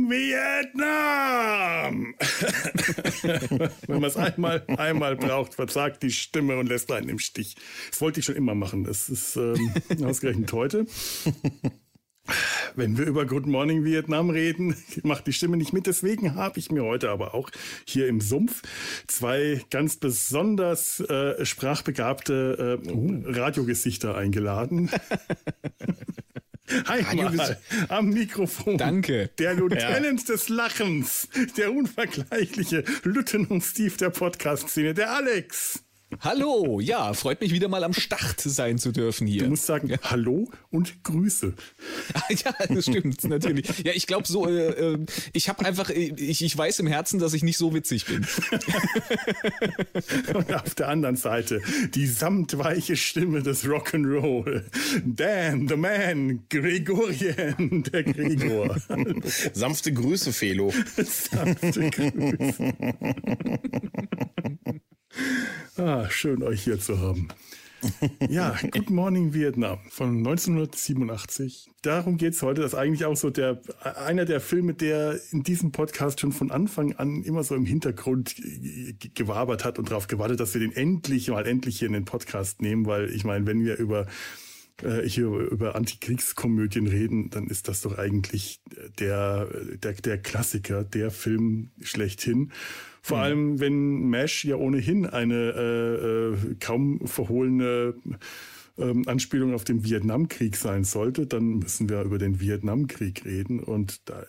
Morning Vietnam! Wenn man es einmal braucht, versagt die Stimme und lässt einen im Stich. Das wollte ich schon immer machen. Das ist ausgerechnet heute. Wenn wir über Good Morning Vietnam reden, macht die Stimme nicht mit. Deswegen habe ich mir heute aber auch hier im Sumpf zwei ganz besonders sprachbegabte Radiogesichter eingeladen. Einmal am Mikrofon. Danke. Der Lieutenant des Lachens, der unvergleichliche Lieutenant Steve der Podcast-Szene, der Alex. Hallo, ja, freut mich wieder mal am Start sein zu dürfen hier. Du musst sagen, Hallo und Grüße. Ja, das stimmt, natürlich. Ja, ich glaube so, ich habe einfach, ich weiß im Herzen, dass ich nicht so witzig bin. Und auf der anderen Seite die samtweiche Stimme des Rock'n'Roll. Dan, the Man, Gregorien, der Gregor. Sanfte Grüße, Felo. Sanfte Grüße. Schön, euch hier zu haben. Ja, Good Morning Vietnam von 1987. Darum geht's heute. Das ist eigentlich auch so einer der Filme, der in diesem Podcast schon von Anfang an immer so im Hintergrund gewabert hat und darauf gewartet, dass wir den endlich hier in den Podcast nehmen, weil ich meine, wenn wir über Antikriegskomödien reden, dann ist das doch eigentlich der Klassiker, der Film schlechthin. Vor allem, wenn MASH ja ohnehin eine kaum verhohlene Anspielung auf den Vietnamkrieg sein sollte, dann müssen wir über den Vietnamkrieg reden. Und da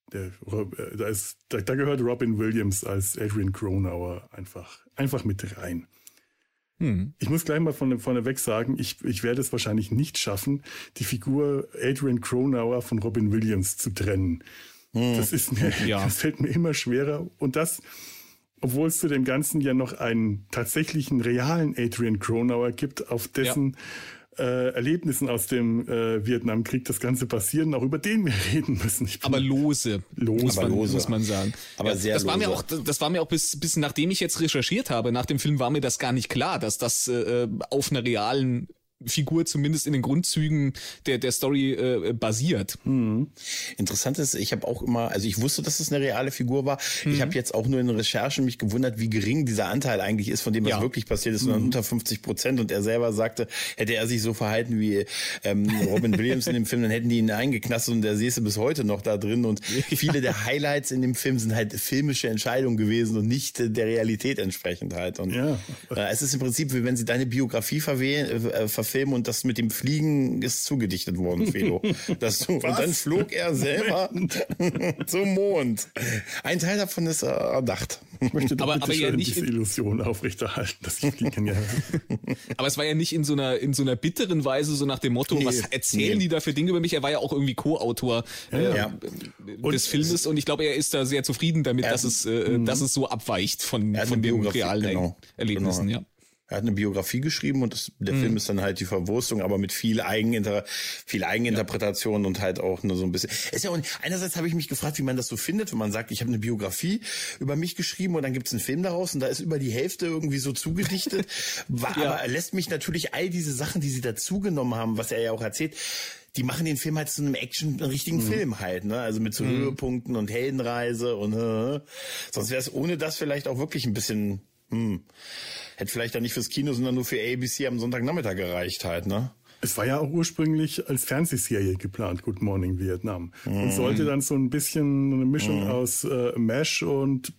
gehört Robin Williams als Adrian Cronauer einfach mit rein. Ich muss gleich mal vorneweg sagen, ich werde es wahrscheinlich nicht schaffen, die Figur Adrian Cronauer von Robin Williams zu trennen. Das fällt mir immer schwerer. Und das, obwohl es zu dem Ganzen ja noch einen tatsächlichen, realen Adrian Cronauer gibt, auf dessen Erlebnissen aus dem Vietnamkrieg das Ganze passieren, auch über den wir reden müssen. Aber lose. Muss man sagen. Aber sehr das lose. Das war mir auch bis nachdem ich jetzt recherchiert habe, nach dem Film war mir das gar nicht klar, dass das auf einer realen Figur zumindest in den Grundzügen der Story basiert. Interessant ist, ich habe auch immer, also ich wusste, dass es eine reale Figur war. Ich habe jetzt auch nur in Recherchen mich gewundert, wie gering dieser Anteil eigentlich ist von dem, was wirklich passiert ist, sondern unter 50%. Und er selber sagte, hätte er sich so verhalten wie Robin Williams in dem Film, dann hätten die ihn eingeknastet und er säße bis heute noch da drin. Und viele der Highlights in dem Film sind halt filmische Entscheidungen gewesen und nicht der Realität entsprechend halt. Und es ist im Prinzip, wie wenn sie deine Biografie verfilmen und das mit dem Fliegen ist zugedichtet worden, Felo. Und dann flog er selber zum Mond. Ein Teil davon ist erdacht. Ich möchte doch aber ja nicht diese Illusion aufrechterhalten, dass ich fliegen kann. Aber es war ja nicht in so einer bitteren Weise, so nach dem Motto, was erzählen die da für Dinge über mich? Er war ja auch irgendwie Co-Autor des Filmes und ich glaube, er ist da sehr zufrieden damit, dass es so abweicht von den realen Erlebnissen. Genau. Ja. Er hat eine Biografie geschrieben und der Film ist dann halt die Verwurstung, aber mit viel Eigeninterpretation und halt auch nur so ein bisschen. Ist ja auch einerseits habe ich mich gefragt, wie man das so findet, wenn man sagt, ich habe eine Biografie über mich geschrieben und dann gibt's einen Film daraus und da ist über die Hälfte irgendwie so zugedichtet. Aber er lässt mich natürlich all diese Sachen, die sie dazugenommen haben, was er ja auch erzählt, die machen den Film halt zu einem richtigen Film halt, ne? Also mit so Höhepunkten und Heldenreise und sonst wäre es ohne das vielleicht auch wirklich ein bisschen hätte vielleicht dann nicht fürs Kino, sondern nur für ABC am Sonntagnachmittag gereicht halt, ne? Es war ja auch ursprünglich als Fernsehserie geplant, Good Morning Vietnam. Und sollte dann so ein bisschen eine Mischung aus MASH und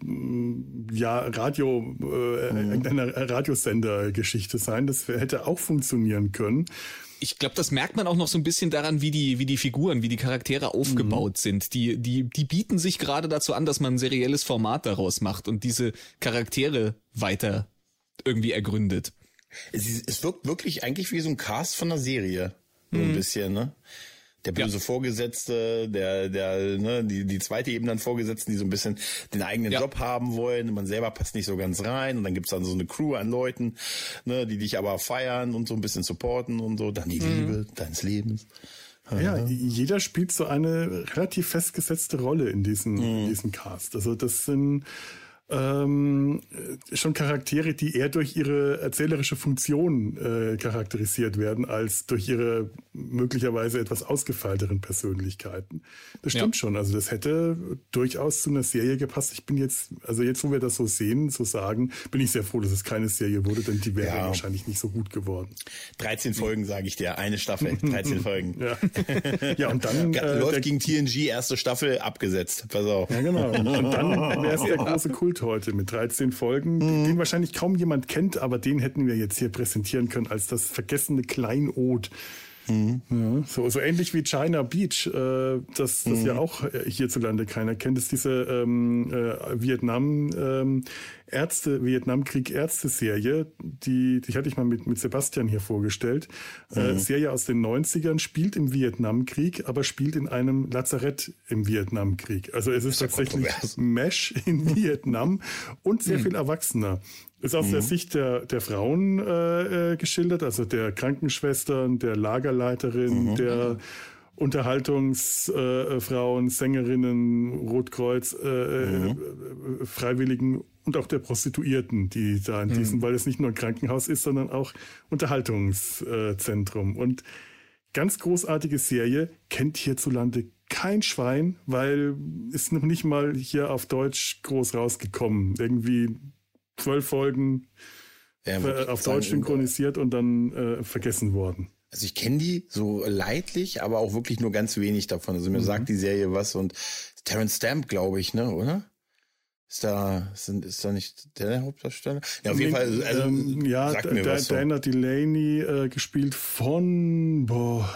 irgendeiner Radiosender-Geschichte sein. Das hätte auch funktionieren können. Ich glaube, das merkt man auch noch so ein bisschen daran, wie die Figuren, wie die Charaktere aufgebaut sind. Die bieten sich gerade dazu an, dass man ein serielles Format daraus macht und diese Charaktere weiter irgendwie ergründet. Es wirkt wirklich eigentlich wie so ein Cast von einer Serie. So ein bisschen, ne? Der böse Vorgesetzte, die zweite Ebene an Vorgesetzten, die so ein bisschen den eigenen Job haben wollen und man selber passt nicht so ganz rein und dann gibt's dann so eine Crew an Leuten, ne, die dich aber feiern und so ein bisschen supporten und so, dann die Liebe deines Lebens. Ja, jeder spielt so eine relativ festgesetzte Rolle in diesem Cast. Also das sind schon Charaktere, die eher durch ihre erzählerische Funktion charakterisiert werden, als durch ihre möglicherweise etwas ausgefeilteren Persönlichkeiten. Das stimmt schon. Also das hätte durchaus zu einer Serie gepasst. Ich bin jetzt, wo wir das so sehen, so sagen, bin ich sehr froh, dass es keine Serie wurde, denn die wäre wahrscheinlich nicht so gut geworden. 13 Folgen, sage ich dir. Eine Staffel, 13 Folgen. Ja, und dann läuft gegen TNG, erste Staffel, abgesetzt. Pass auf. Ja, genau. Und dann wäre es der große Kult heute mit 13 Folgen, den wahrscheinlich kaum jemand kennt, aber den hätten wir jetzt hier präsentieren können als das vergessene Kleinod. Ja, so ähnlich wie China Beach, das ja auch hierzulande keiner kennt, ist diese Vietnamkrieg-Ärzte-Serie, die hatte ich mal mit Sebastian hier vorgestellt. Serie aus den 90ern, spielt im Vietnamkrieg, aber spielt in einem Lazarett im Vietnamkrieg. Also es ist tatsächlich MASH in Vietnam und sehr viel erwachsener. Ist aus der Sicht der Frauen geschildert, also der Krankenschwestern, der Lagerleiterin, der Unterhaltungsfrauen, Sängerinnen, Rotkreuz, Freiwilligen und auch der Prostituierten, die da in diesem, weil es nicht nur ein Krankenhaus ist, sondern auch Unterhaltungszentrum. Und ganz großartige Serie, kennt hierzulande kein Schwein, weil ist noch nicht mal hier auf Deutsch groß rausgekommen. Irgendwie 12 Folgen auf Deutsch synchronisiert und dann vergessen worden. Also ich kenne die so leidlich, aber auch wirklich nur ganz wenig davon. Also mir sagt die Serie was und Terence Stamp, glaube ich, ne, oder? Ist da nicht der Hauptdarsteller? Ja, auf jeden Fall. Also, sagt mir was so. Dana Delaney gespielt von,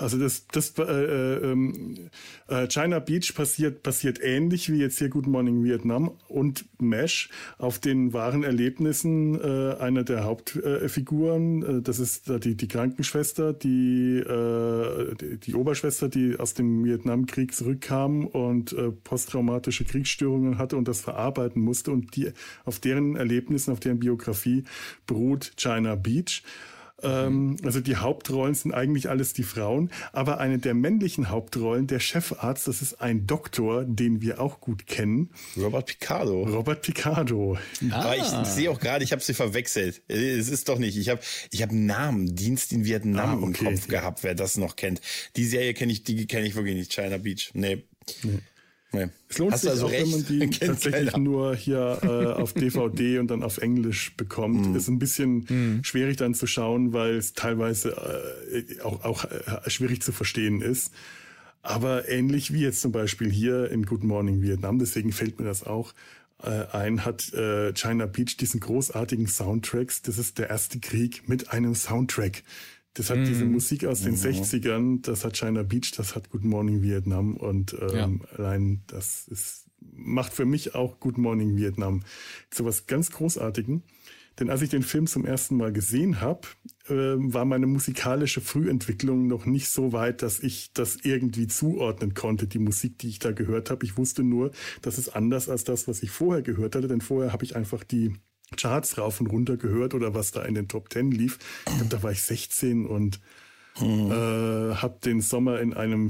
China Beach passiert ähnlich wie jetzt hier Good Morning Vietnam und MASH auf den wahren Erlebnissen einer der Hauptfiguren. Das ist die Krankenschwester, die Oberschwester, die aus dem Vietnamkrieg zurückkam und posttraumatische Kriegsstörungen hatte und das verarbeiten musste und auf deren Erlebnissen, auf deren Biografie beruht China Beach. Also die Hauptrollen sind eigentlich alles die Frauen, aber eine der männlichen Hauptrollen, der Chefarzt, das ist ein Doktor, den wir auch gut kennen. Robert Picardo. Aber ich sehe auch gerade, ich habe sie verwechselt. Es ist doch nicht. Ich habe einen Namen, Dienst in Vietnam im Kopf gehabt, wer das noch kennt. Die Serie kenne ich wirklich nicht, China Beach. Nee. Es lohnt sich auch, wenn man die tatsächlich nur hier auf DVD und dann auf Englisch bekommt. Ist ein bisschen schwierig dann zu schauen, weil es teilweise auch schwierig zu verstehen ist. Aber ähnlich wie jetzt zum Beispiel hier in Good Morning Vietnam, deswegen fällt mir das auch ein, hat China Beach diesen großartigen Soundtracks. Das ist der erste Krieg mit einem Soundtrack. Das hat diese Musik aus den 60ern, das hat China Beach, das hat Good Morning Vietnam und allein macht für mich auch Good Morning Vietnam zu was ganz Großartigem. Denn als ich den Film zum ersten Mal gesehen habe, war meine musikalische Frühentwicklung noch nicht so weit, dass ich das irgendwie zuordnen konnte, die Musik, die ich da gehört habe. Ich wusste nur, das ist anders als das, was ich vorher gehört hatte, denn vorher habe ich einfach die Charts rauf und runter gehört oder was da in den Top 10 lief. Ich glaube, da war ich 16 und habe den Sommer in einem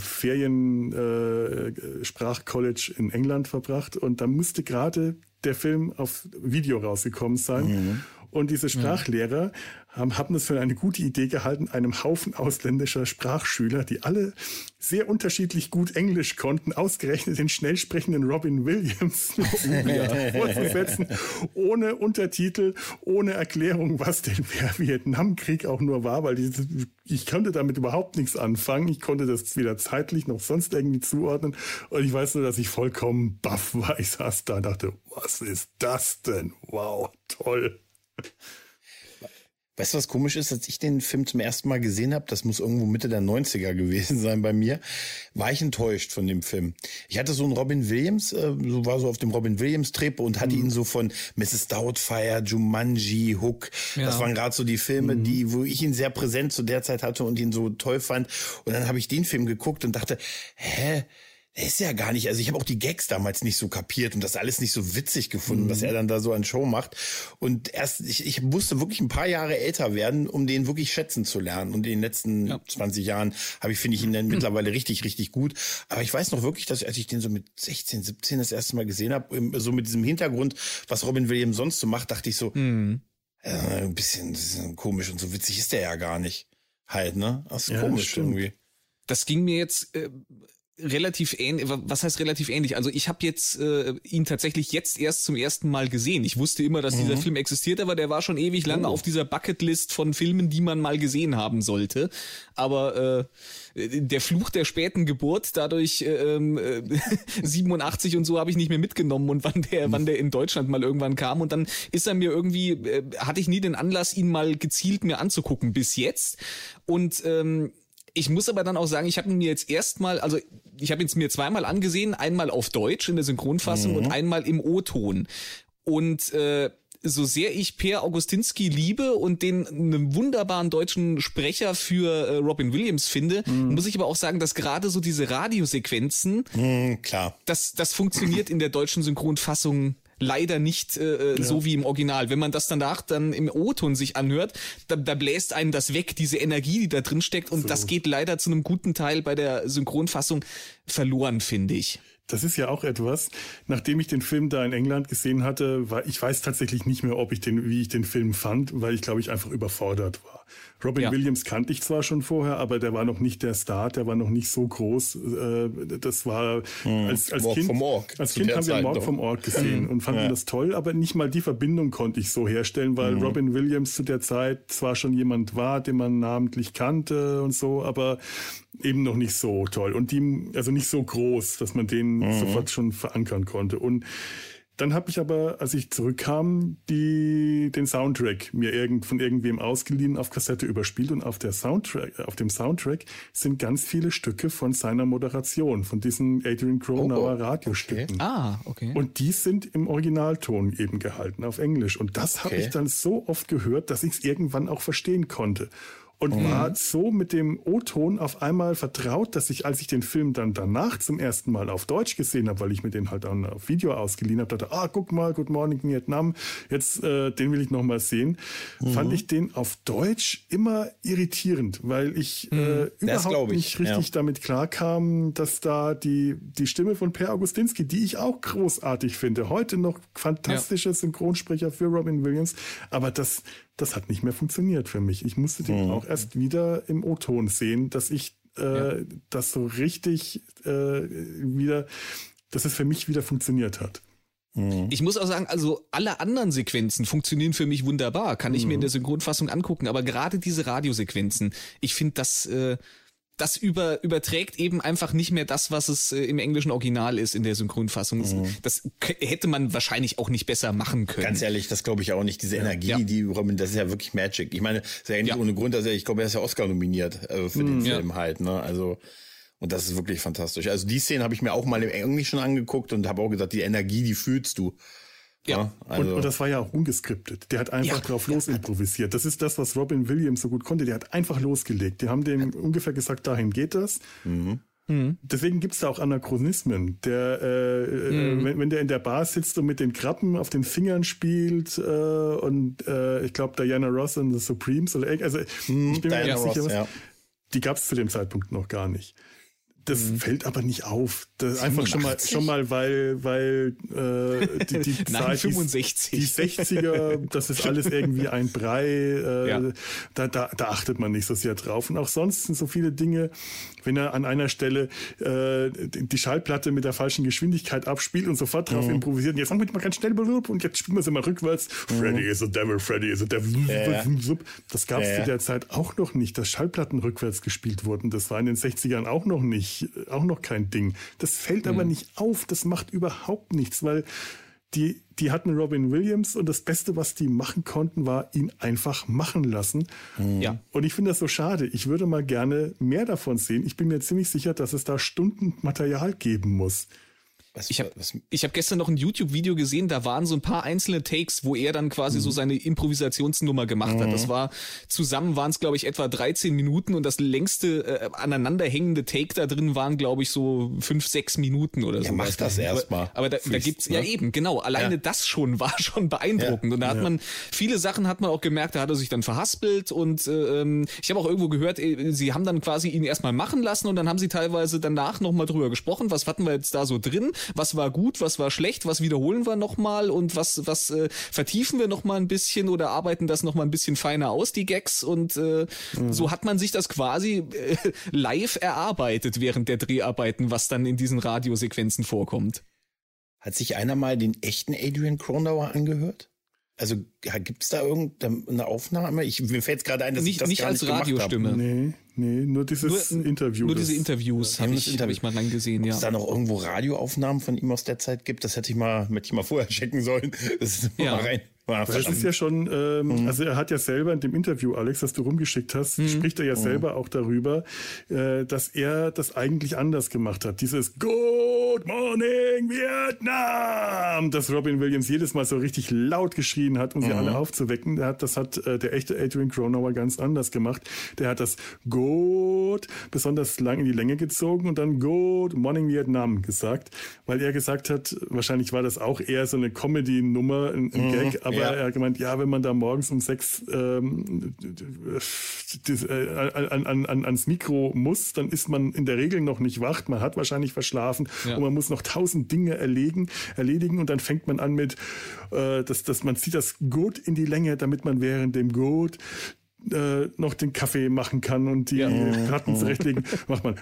Ferien-Sprachcollege in England verbracht und da musste gerade der Film auf Video rausgekommen sein. Und diese Sprachlehrer haben das für eine gute Idee gehalten, einem Haufen ausländischer Sprachschüler, die alle sehr unterschiedlich gut Englisch konnten, ausgerechnet den schnell sprechenden Robin Williams vorzusetzen, ohne Untertitel, ohne Erklärung, was denn der Vietnamkrieg auch nur war, weil ich konnte damit überhaupt nichts anfangen. Ich konnte das weder zeitlich noch sonst irgendwie zuordnen. Und ich weiß nur, dass ich vollkommen baff war. Ich saß da und dachte, was ist das denn? Wow, toll. Weißt du, was komisch ist, als ich den Film zum ersten Mal gesehen habe, das muss irgendwo Mitte der 90er gewesen sein bei mir, war ich enttäuscht von dem Film. Ich hatte so einen Robin Williams, war so auf dem Robin Williams-Trip und hatte ihn so von Mrs. Doubtfire, Jumanji, Hook. Ja. Das waren gerade so die Filme, wo ich ihn sehr präsent zu der Zeit hatte und ihn so toll fand. Und dann habe ich den Film geguckt und dachte, ist ja gar nicht, also ich habe auch die Gags damals nicht so kapiert und das alles nicht so witzig gefunden, was er dann da so an Show macht. Und ich musste wirklich ein paar Jahre älter werden, um den wirklich schätzen zu lernen. Und in den letzten 20 Jahren finde ich ihn dann mittlerweile richtig, richtig gut. Aber ich weiß noch wirklich, dass als ich den so mit 16, 17 das erste Mal gesehen habe, so mit diesem Hintergrund, was Robin Williams sonst so macht, dachte ich so, ein bisschen komisch und so witzig ist der ja gar nicht. Halt, ne? Das ist komisch irgendwie. Das ging mir jetzt relativ ähnlich. Was heißt relativ ähnlich? Also ich habe jetzt ihn tatsächlich jetzt erst zum ersten Mal gesehen. Ich wusste immer, dass dieser Film existiert, aber der war schon ewig lange auf dieser Bucketlist von Filmen, die man mal gesehen haben sollte. Aber der Fluch der späten Geburt, dadurch 87 und so habe ich nicht mehr mitgenommen und wann der in Deutschland mal irgendwann kam. Und dann ist er mir irgendwie, hatte ich nie den Anlass, ihn mal gezielt mir anzugucken bis jetzt. Und ich muss aber dann auch sagen, ich habe ihn mir jetzt erstmal, also ich habe ihn mir zweimal angesehen, einmal auf Deutsch in der Synchronfassung und einmal im O-Ton. Und so sehr ich Per Augustinski liebe und den einen wunderbaren deutschen Sprecher für Robin Williams finde, muss ich aber auch sagen, dass gerade so diese Radiosequenzen, klar, das funktioniert in der deutschen Synchronfassung leider nicht so wie im Original. Wenn man das danach dann im O-Ton sich anhört, da bläst einen das weg, diese Energie, die da drin steckt. Und das geht leider zu einem guten Teil bei der Synchronfassung verloren, finde ich. Das ist ja auch etwas, nachdem ich den Film da in England gesehen hatte, ich weiß tatsächlich nicht mehr, wie ich den Film fand, weil ich, glaube ich, einfach überfordert war. Robin Williams kannte ich zwar schon vorher, aber der war noch nicht der Star, der war noch nicht so groß. Das war als Kind haben wir Morg vom Ork gesehen und fanden das toll, aber nicht mal die Verbindung konnte ich so herstellen, weil Robin Williams zu der Zeit zwar schon jemand war, den man namentlich kannte und so, aber eben noch nicht so toll und also nicht so groß, dass man den sofort schon verankern konnte. Und dann habe ich aber, als ich zurückkam, den Soundtrack mir von irgendwem ausgeliehen, auf Kassette überspielt und auf dem Soundtrack sind ganz viele Stücke von seiner Moderation, von diesen Adrian Cronauer Radiostücken. Okay. Und die sind im Originalton eben gehalten, auf Englisch. Und das habe ich dann so oft gehört, dass ich es irgendwann auch verstehen konnte. Und war so mit dem O-Ton auf einmal vertraut, dass ich, als ich den Film dann danach zum ersten Mal auf Deutsch gesehen habe, weil ich mir den halt dann auf Video ausgeliehen habe, dachte, guck mal, Good Morning Vietnam, jetzt den will ich noch mal sehen, fand ich den auf Deutsch immer irritierend, weil ich überhaupt nicht richtig damit klarkam, dass da die Stimme von Per Augustinski, die ich auch großartig finde, heute noch fantastische Synchronsprecher für Robin Williams, aber das hat nicht mehr funktioniert für mich. Ich musste den auch erst wieder im O-Ton sehen, dass ich das so richtig dass es für mich wieder funktioniert hat. Ich muss auch sagen, also alle anderen Sequenzen funktionieren für mich wunderbar. Kann ich mir in der Synchronfassung angucken. Aber gerade diese Radiosequenzen, ich finde, das überträgt eben einfach nicht mehr das, was es im englischen Original ist in der Synchronfassung. Das hätte man wahrscheinlich auch nicht besser machen können. Ganz ehrlich, das glaube ich auch nicht. Diese Energie, die Robin, das ist ja wirklich Magic. Ich meine, das ist ja nicht ohne Grund, ich glaube, er ist ja Oscar nominiert für den Film halt. Ne? Also, und das ist wirklich fantastisch. Also die Szene habe ich mir auch mal im Englischen angeguckt und habe auch gesagt, die Energie, die fühlst du. Ja, also. und das war ja auch ungeskriptet. Der hat einfach drauf los improvisiert. Das ist das, was Robin Williams so gut konnte. Der hat einfach losgelegt. Die haben dem ungefähr gesagt, dahin geht das. Deswegen gibt's da auch Anachronismen. Wenn der in der Bar sitzt und mit den Krabben auf den Fingern spielt und ich glaube Diana Ross und The Supremes oder also ich bin mir nicht sicher, die gab's zu dem Zeitpunkt noch gar nicht. Das fällt aber nicht auf. Das einfach schon mal, weil die Nein, 65. Die 60er, das ist alles irgendwie ein Brei. Da achtet man nicht so sehr drauf. Und auch sonst sind so viele Dinge, wenn er an einer Stelle die Schallplatte mit der falschen Geschwindigkeit abspielt und sofort drauf improvisiert. Und jetzt machen wir mal ganz schnell und jetzt spielen wir sie mal rückwärts. Freddy is a devil, Freddy is a devil. Das gab es zu der Zeit auch noch nicht, dass Schallplatten rückwärts gespielt wurden. Das war in den 60ern auch noch kein Ding. Das fällt aber nicht auf, das macht überhaupt nichts, weil die hatten Robin Williams und das Beste, was die machen konnten, war ihn einfach machen lassen. Ja. Und ich finde das so schade. Ich würde mal gerne mehr davon sehen. Ich bin mir ziemlich sicher, dass es da Stunden Material geben muss. Ich hab gestern noch ein YouTube-Video gesehen, da waren so ein paar einzelne Takes, wo er dann quasi so seine Improvisationsnummer gemacht hat. Das war, zusammen waren es, glaube ich, etwa 13 Minuten und das längste aneinanderhängende Take da drin waren, glaube ich, so 5-6 Minuten oder so. Ja, mach das erstmal. Aber da gibt's, ja eben, genau, alleine das schon war schon beeindruckend. Und da hat man, viele Sachen hat man auch gemerkt, da hat er sich dann verhaspelt und ich habe auch irgendwo gehört, sie haben dann quasi ihn erstmal machen lassen und dann haben sie teilweise danach nochmal drüber gesprochen, was hatten wir jetzt da so drin, was war gut, was war schlecht, was wiederholen wir nochmal und was vertiefen wir nochmal ein bisschen oder arbeiten das nochmal ein bisschen feiner aus, die Gags und so hat man sich das quasi live erarbeitet während der Dreharbeiten, was dann in diesen Radiosequenzen vorkommt. Hat sich einer mal den echten Adrian Cronauer angehört? Also gibt's da irgendeine Aufnahme? Mir fällt gerade ein, dass ich das nicht gar als nicht gemacht Radiostimme. habe. Nee, nur dieses Interview. Nur diese Interviews habe ich mal lang gesehen, ja. Ob es da noch irgendwo Radioaufnahmen von ihm aus der Zeit gibt, das hätte ich mal vorher checken sollen. Das ist mal rein. Das ist ja schon, also er hat ja selber in dem Interview, Alex, das du rumgeschickt hast, spricht er ja selber auch darüber, dass er das eigentlich anders gemacht hat. Dieses Good Morning Vietnam, das Robin Williams jedes Mal so richtig laut geschrien hat, um sie alle aufzuwecken. Das hat der echte Adrian Cronauer ganz anders gemacht. Der hat das Good besonders lang in die Länge gezogen und dann Good Morning Vietnam gesagt, weil er gesagt hat, wahrscheinlich war das auch eher so eine Comedy-Nummer, ein Gag, aber er hat gemeint, ja, wenn man da morgens um 6 ans Mikro muss, dann ist man in der Regel noch nicht wach, man hat wahrscheinlich verschlafen und man muss noch 1000 Dinge erledigen und dann fängt man an mit, dass man zieht das Good in die Länge, damit man während dem Good noch den Kaffee machen kann und die Ratten zurechtlegen. Macht man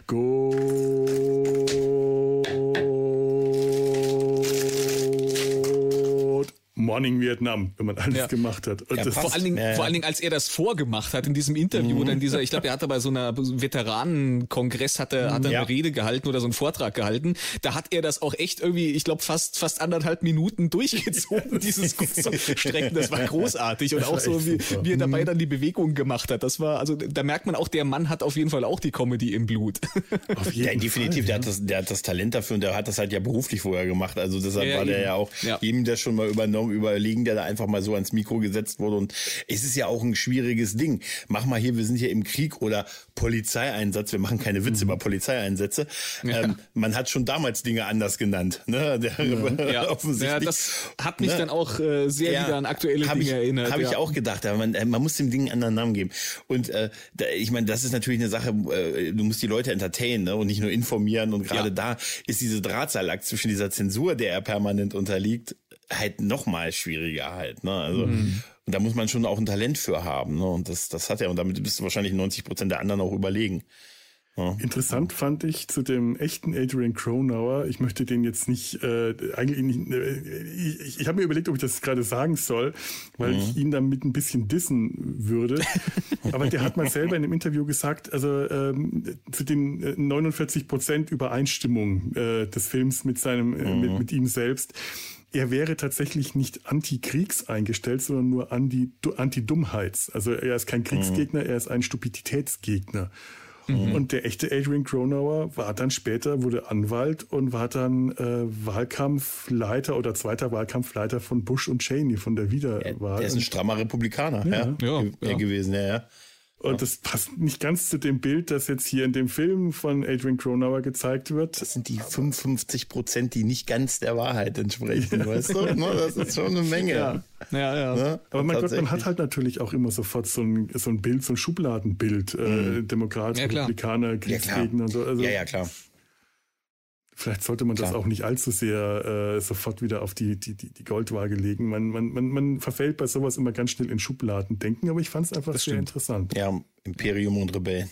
Morning Vietnam, wenn man alles gemacht hat. Und vor allen Dingen, als er das vorgemacht hat in diesem Interview, oder ich glaube, er hatte bei so einer Veteranenkongress hat er eine Rede gehalten oder so einen Vortrag gehalten. Da hat er das auch echt irgendwie, ich glaube, fast 1,5 Minuten durchgezogen, dieses Strecken. Das war großartig und auch so, wie er dabei dann die Bewegung gemacht hat. Das war, also da merkt man auch, der Mann hat auf jeden Fall auch die Comedy im Blut. Auf jeden Fall, definitiv, der hat das Talent dafür und der hat das halt ja beruflich vorher gemacht. Also deshalb war der ja auch jedem, der schon mal überlegen, der da einfach mal so ans Mikro gesetzt wurde. Und es ist ja auch ein schwieriges Ding. Mach mal hier, wir sind hier im Krieg oder Polizeieinsatz. Wir machen keine Witze über Polizeieinsätze. Man hat schon damals Dinge anders genannt. Ne? Offensichtlich. Das hat mich dann auch sehr wieder an aktuelle Dinge erinnert. Habe ich auch gedacht. Aber man muss dem Ding einen anderen Namen geben. Und ich meine, das ist natürlich eine Sache, du musst die Leute entertainen, ne? Und nicht nur informieren. Und gerade da ist diese Drahtseilakt zwischen dieser Zensur, der er permanent unterliegt, halt noch mal schwieriger halt, ne? Also und da muss man schon auch ein Talent für haben, ne? Und das hat er und damit bist du wahrscheinlich 90% der anderen auch überlegen. Ja. Interessant fand ich zu dem echten Adrian Cronauer, ich möchte den jetzt nicht, eigentlich nicht, ich habe mir überlegt, ob ich das gerade sagen soll, weil ich ihn damit ein bisschen dissen würde. Aber der hat mal selber in einem Interview gesagt, also zu den 49% Übereinstimmung des Films mit mit ihm selbst, er wäre tatsächlich nicht anti-Kriegs eingestellt, sondern nur anti-Dummheits. Also er ist kein Kriegsgegner, er ist ein Stupiditätsgegner. Und der echte Adrian Cronauer war dann später, wurde Anwalt und war dann Wahlkampfleiter oder zweiter Wahlkampfleiter von Bush und Cheney von der Wiederwahl. Der ist ein strammer Republikaner gewesen, ja. Und das passt nicht ganz zu dem Bild, das jetzt hier in dem Film von Adrian Cronauer gezeigt wird. Das sind die 55%, die nicht ganz der Wahrheit entsprechen, weißt du? Das ist schon eine Menge. Ja. Ne? Aber mein Gott, man hat halt natürlich auch immer sofort so ein Bild, so ein Schubladenbild. Demokrat, Republikaner, Kriegsgegner und so. Also, ja, klar. Vielleicht sollte man das auch nicht allzu sehr sofort wieder auf die Goldwaage legen. Man verfällt bei sowas immer ganz schnell in Schubladen denken, aber ich fand es einfach sehr interessant. Ja, Imperium und Rebellen.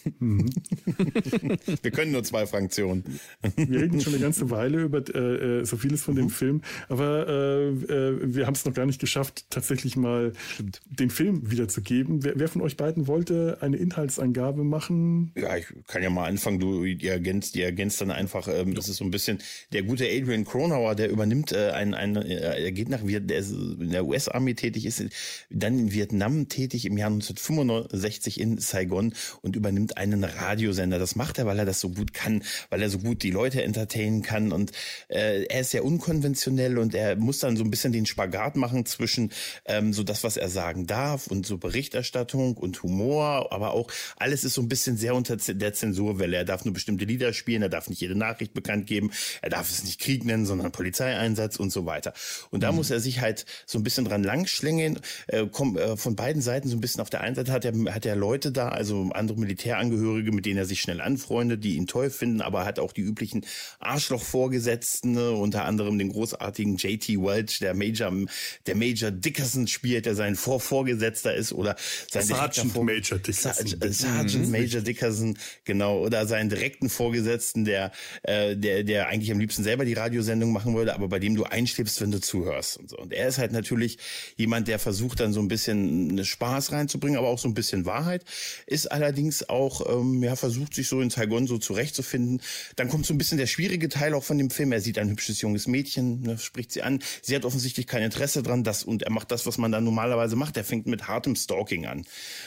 Wir können nur 2 Fraktionen. Wir reden schon eine ganze Weile über so vieles von dem Film, aber wir haben es noch gar nicht geschafft, tatsächlich mal den Film wiederzugeben. Wer von euch beiden wollte eine Inhaltsangabe machen? Ja, ich kann ja mal anfangen. Die ergänzt dann einfach. Das ist so ein bisschen der gute Adrian Cronauer, der übernimmt er geht der ist in der US-Armee tätig, ist dann in Vietnam tätig im Jahr 1965 in Saigon Saigon und übernimmt einen Radiosender. Das macht er, weil er das so gut kann, weil er so gut die Leute entertainen kann und er ist sehr unkonventionell und er muss dann so ein bisschen den Spagat machen zwischen so das, was er sagen darf und so Berichterstattung und Humor, aber auch alles ist so ein bisschen sehr unter der Zensurwelle. Er darf nur bestimmte Lieder spielen, er darf nicht jede Nachricht bekannt geben, er darf es nicht Krieg nennen, sondern Polizeieinsatz und so weiter. Und da muss er sich halt so ein bisschen dran langschlängeln, von beiden Seiten so ein bisschen. Auf der einen Seite hat er Leute da, also andere Militärangehörige, mit denen er sich schnell anfreundet, die ihn toll finden, aber er hat auch die üblichen Arschloch-Vorgesetzten, unter anderem den großartigen J.T. Welch, der Major Dickerson spielt, der sein Vorgesetzter ist, oder sein Sergeant Major Dickerson. Sergeant Major Dickerson, genau, oder seinen direkten Vorgesetzten, der eigentlich am liebsten selber die Radiosendung machen würde, aber bei dem du einschläfst, wenn du zuhörst und so. Und er ist halt natürlich jemand, der versucht dann so ein bisschen Spaß reinzubringen, aber auch so ein bisschen Wahrheit, ist allerdings auch, versucht sich so in Saigon so zurechtzufinden. Dann kommt so ein bisschen der schwierige Teil auch von dem Film. Er sieht ein hübsches junges Mädchen, ne, spricht sie an. Sie hat offensichtlich kein Interesse dran, und er macht das, was man dann normalerweise macht. Er fängt mit hartem Stalking an.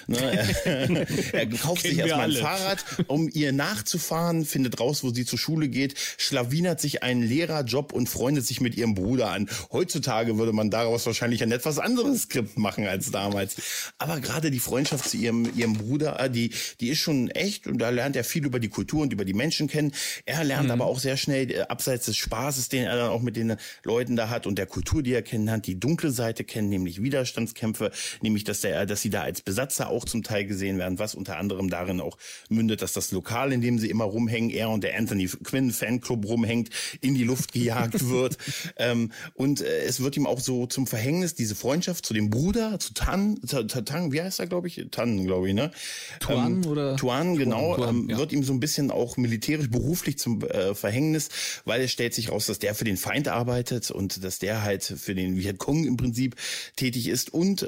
Ne, er kauft sich erstmal ein Fahrrad, um ihr nachzufahren, findet raus, wo sie zur Schule geht, schlawinert sich einen Lehrerjob und freundet sich mit ihrem Bruder an. Heutzutage würde man daraus wahrscheinlich ein etwas anderes Skript machen als damals. Aber gerade die Freundschaft zu ihrem Bruder, die ist schon echt, und da lernt er viel über die Kultur und über die Menschen kennen. Er lernt aber auch sehr schnell, abseits des Spaßes, den er dann auch mit den Leuten da hat und der Kultur, die er kennenlernt, die dunkle Seite kennen, nämlich Widerstandskämpfe, nämlich dass sie da als Besatzer auch zum Teil gesehen werden, was unter anderem darin auch mündet, dass das Lokal, in dem sie immer rumhängen, er und der Anthony Quinn Fanclub rumhängt, in die Luft gejagt wird. Und es wird ihm auch so zum Verhängnis, diese Freundschaft zu dem Bruder, zu Tan, wie heißt er, glaube ich? Tan, glaube ich, ne? Tuan, genau, ja. wird ihm so ein bisschen auch militärisch, beruflich zum Verhängnis, weil es stellt sich raus, dass der für den Feind arbeitet und dass der halt für den Vietcong im Prinzip tätig ist und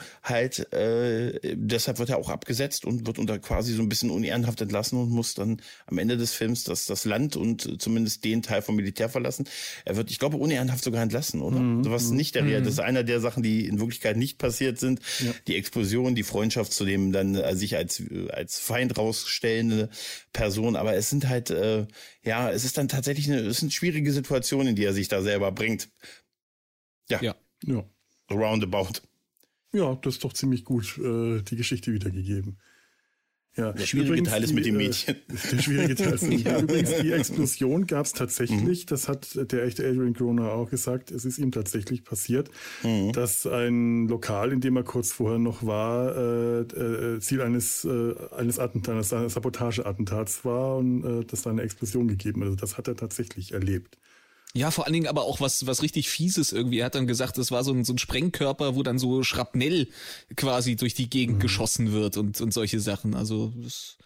deshalb wird er auch abgesetzt und wird unter quasi so ein bisschen unehrenhaft entlassen und muss dann am Ende des Films das Land und zumindest den Teil vom Militär verlassen. Er wird, ich glaube, unehrenhaft sogar entlassen, oder? Was nicht das ist einer der Sachen, die in Wirklichkeit nicht passiert sind. Ja. Die Explosion, die Freundschaft zu dem dann sich als Feind rausstellende Person. Aber es sind halt, es ist dann tatsächlich es sind schwierige Situationen, in die er sich da selber bringt. Ja. Roundabout. Ja, das ist doch ziemlich gut die Geschichte wiedergegeben. Ja. Der schwierige Teil ist mit dem Mädchen. Der schwierige Teil ist mit dem Mädchen. Übrigens, die Explosion gab es tatsächlich. Das hat der echte Adrian Grona auch gesagt. Es ist ihm tatsächlich passiert, dass ein Lokal, in dem er kurz vorher noch war, Ziel eines Attentats, eines Sabotageattentats war und das da eine Explosion gegeben hat. Also das hat er tatsächlich erlebt. Ja, vor allen Dingen aber auch was richtig Fieses irgendwie. Er hat dann gesagt, das war so ein Sprengkörper, wo dann so Schrapnell quasi durch die Gegend geschossen wird und solche Sachen. Also das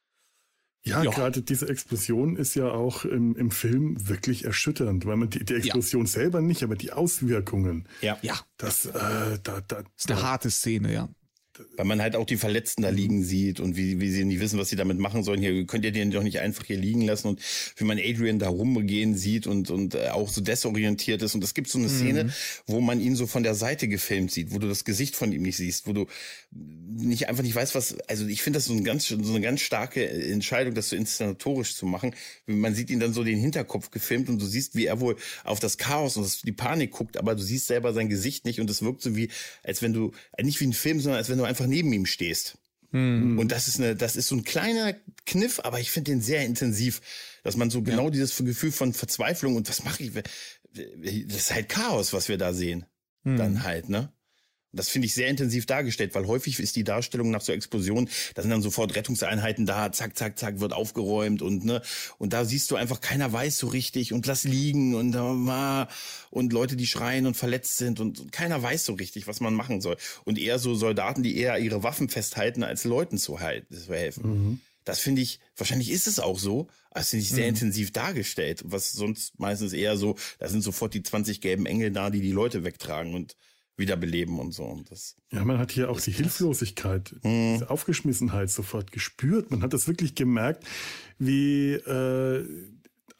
gerade diese Explosion ist ja auch im Film wirklich erschütternd, weil man die Explosion selber nicht, aber die Auswirkungen. Ja. Das ist eine harte Szene, ja. Weil man halt auch die Verletzten da liegen sieht und wie sie nicht wissen, was sie damit machen sollen. Hier könnt ihr den doch nicht einfach hier liegen lassen, und wie man Adrian da rumgehen sieht und auch so desorientiert ist. Und es gibt so eine Szene, wo man ihn so von der Seite gefilmt sieht, wo du das Gesicht von ihm nicht siehst, wo du einfach nicht weißt, also ich finde das so eine ganz starke Entscheidung, das so inszenatorisch zu machen. Man sieht ihn dann so den Hinterkopf gefilmt und du siehst, wie er wohl auf das Chaos und die Panik guckt, aber du siehst selber sein Gesicht nicht, und es wirkt so als wenn du, nicht wie ein Film, sondern als wenn du einfach neben ihm stehst. Und das ist so ein kleiner Kniff, aber ich finde den sehr intensiv, dass man so genau dieses Gefühl von Verzweiflung und was mache ich, das ist halt Chaos, was wir da sehen. Dann halt, ne? Das finde ich sehr intensiv dargestellt, weil häufig ist die Darstellung nach so Explosionen, da sind dann sofort Rettungseinheiten da, zack, zack, zack, wird aufgeräumt und da siehst du einfach, keiner weiß so richtig und lass liegen und Leute, die schreien und verletzt sind und keiner weiß so richtig, was man machen soll. Und eher so Soldaten, die eher ihre Waffen festhalten, als Leuten zu helfen. Das finde ich, wahrscheinlich ist es auch so, aber das finde ich sehr intensiv dargestellt, was sonst meistens eher so, da sind sofort die 20 gelben Engel da, die Leute wegtragen und wiederbeleben und so. Und man hat hier auch die Hilflosigkeit, diese Aufgeschmissenheit sofort gespürt. Man hat das wirklich gemerkt, wie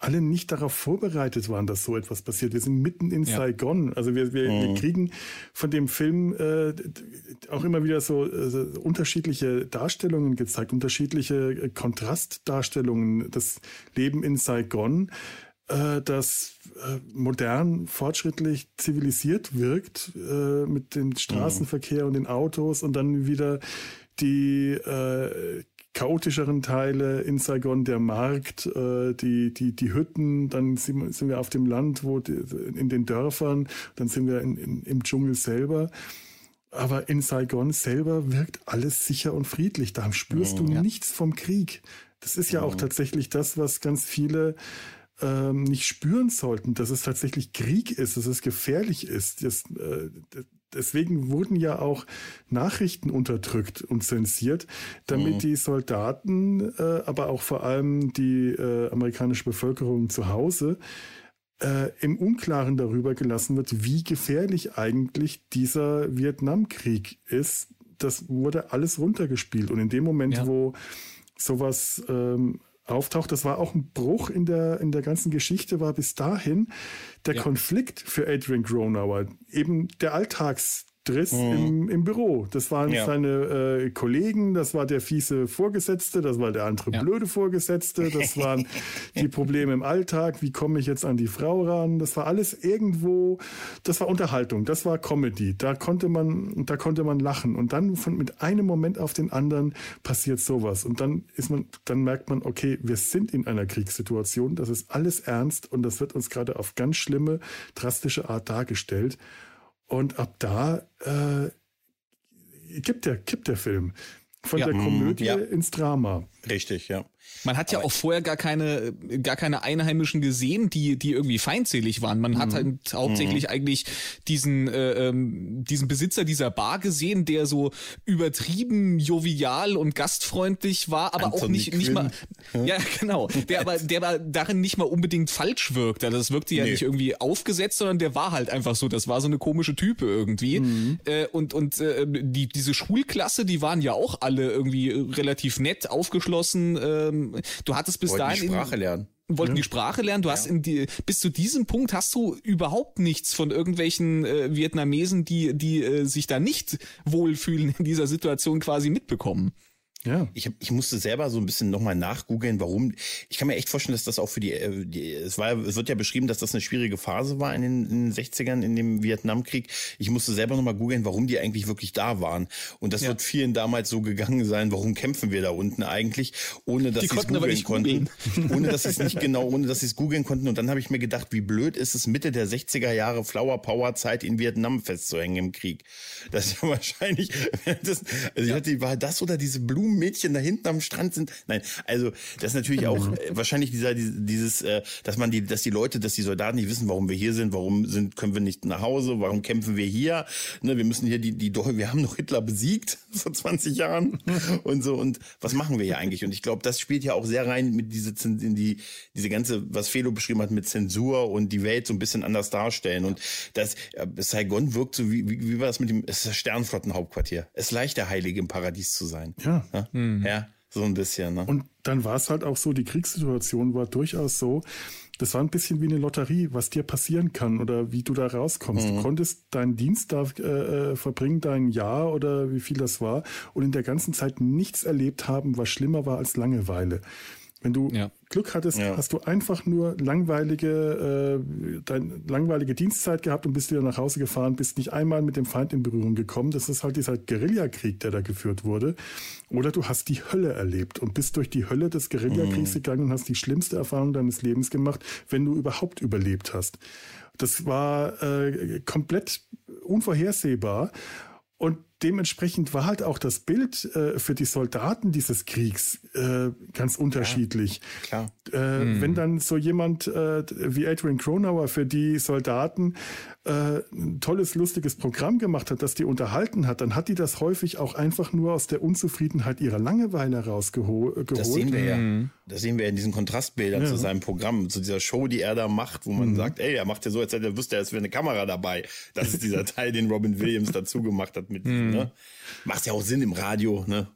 alle nicht darauf vorbereitet waren, dass so etwas passiert. Wir sind mitten in Saigon. Also wir kriegen von dem Film auch immer wieder so unterschiedliche Darstellungen gezeigt, unterschiedliche Kontrastdarstellungen. Das Leben in Saigon, das modern, fortschrittlich, zivilisiert wirkt, mit dem Straßenverkehr und den Autos, und dann wieder die chaotischeren Teile in Saigon, der Markt, die Hütten, dann sind wir auf dem Land, in den Dörfern, dann sind wir im Dschungel selber. Aber in Saigon selber wirkt alles sicher und friedlich. Da spürst du nichts vom Krieg. Das ist ja auch tatsächlich das, was ganz viele nicht spüren sollten, dass es tatsächlich Krieg ist, dass es gefährlich ist. Deswegen wurden ja auch Nachrichten unterdrückt und zensiert, damit die Soldaten, aber auch vor allem die amerikanische Bevölkerung zu Hause im Unklaren darüber gelassen wird, wie gefährlich eigentlich dieser Vietnamkrieg ist. Das wurde alles runtergespielt. Und in dem Moment, wo sowas auftaucht, das war auch ein Bruch in der ganzen Geschichte, war bis dahin der Konflikt für Adrian Cronauer, eben der Alltagsdriss im Büro. Das waren seine Kollegen, das war der fiese Vorgesetzte, das war der andere blöde Vorgesetzte, das waren die Probleme im Alltag, wie komme ich jetzt an die Frau ran, das war alles irgendwo, das war Unterhaltung, das war Comedy, da konnte man lachen, und dann mit einem Moment auf den anderen passiert sowas, und dann merkt man, okay, wir sind in einer Kriegssituation, das ist alles ernst, und das wird uns gerade auf ganz schlimme, drastische Art dargestellt. Und ab da kippt der Film von der Komödie ins Drama. Richtig, ja. Man hat ja auch vorher gar keine Einheimischen gesehen, die irgendwie feindselig waren. Man hat halt hauptsächlich eigentlich diesen Besitzer dieser Bar gesehen, der so übertrieben jovial und gastfreundlich war, aber Anthony auch nicht mal, ja genau, der aber darin nicht mal unbedingt falsch wirkte. Das wirkte ja nicht irgendwie aufgesetzt, sondern der war halt einfach so. Das war so eine komische Type irgendwie. Diese Schulklasse, die waren ja auch alle irgendwie relativ nett, aufgeschlossen. Du hattest bis dahin die Sprache lernen. Die Sprache lernen. Du hast bis zu diesem Punkt hast du überhaupt nichts von irgendwelchen Vietnamesen, die sich da nicht wohlfühlen in dieser Situation quasi mitbekommen. Ja. Ich musste selber so ein bisschen nochmal nachgoogeln, warum. Ich kann mir echt vorstellen, dass das auch für es wird ja beschrieben, dass das eine schwierige Phase war in den 60ern, in dem Vietnamkrieg. Ich musste selber nochmal googeln, warum die eigentlich wirklich da waren. Und das wird vielen damals so gegangen sein, warum kämpfen wir da unten eigentlich, ohne dass sie es googeln konnten. Ohne dass sie es googeln konnten. Und dann habe ich mir gedacht, wie blöd ist es, Mitte der 60er Jahre Flower Power Zeit in Vietnam festzuhängen im Krieg. Das ist ja wahrscheinlich, war das oder diese Blumenmädchen da hinten am Strand sind. Nein, also das ist natürlich auch wahrscheinlich dass die Soldaten nicht wissen, warum wir hier sind, können wir nicht nach Hause, warum kämpfen wir hier? Ne, wir müssen hier wir haben noch Hitler besiegt vor 20 Jahren und so, und was machen wir hier eigentlich? Und ich glaube, das spielt ja auch sehr rein mit diese ganze, was Felo beschrieben hat, mit Zensur und die Welt so ein bisschen anders darstellen. Und das Saigon wirkt so wie war das mit es ist das Sternflottenhauptquartier. Es ist leicht, der Heilige im Paradies zu sein. Ja. Ja, so ein bisschen. Ne? Und dann war es halt auch so, die Kriegssituation war durchaus so, das war ein bisschen wie eine Lotterie, was dir passieren kann oder wie du da rauskommst. Du konntest deinen Dienst da verbringen, dein Jahr oder wie viel das war, und in der ganzen Zeit nichts erlebt haben, was schlimmer war als Langeweile. Wenn du Glück hattest, hast du einfach nur langweilige Dienstzeit gehabt und bist wieder nach Hause gefahren, bist nicht einmal mit dem Feind in Berührung gekommen. Das ist halt dieser Guerillakrieg, der da geführt wurde. Oder du hast die Hölle erlebt und bist durch die Hölle des Guerillakriegs gegangen und hast die schlimmste Erfahrung deines Lebens gemacht, wenn du überhaupt überlebt hast. Das war komplett unvorhersehbar. Und dementsprechend war halt auch das Bild für die Soldaten dieses Kriegs ganz unterschiedlich. Ja, klar. Wenn dann so jemand wie Adrian Cronauer für die Soldaten ein tolles, lustiges Programm gemacht hat, das die unterhalten hat, dann hat die das häufig auch einfach nur aus der Unzufriedenheit ihrer Langeweile rausgeholt. Das sehen wir ja. Das sehen wir in diesen Kontrastbildern zu seinem Programm, zu dieser Show, die er da macht, wo man sagt, ey, er macht ja so, als hätte er wüsste, es wäre eine Kamera dabei. Das ist dieser Teil, den Robin Williams dazu gemacht hat mit, ne? Macht ja auch Sinn im Radio, ne?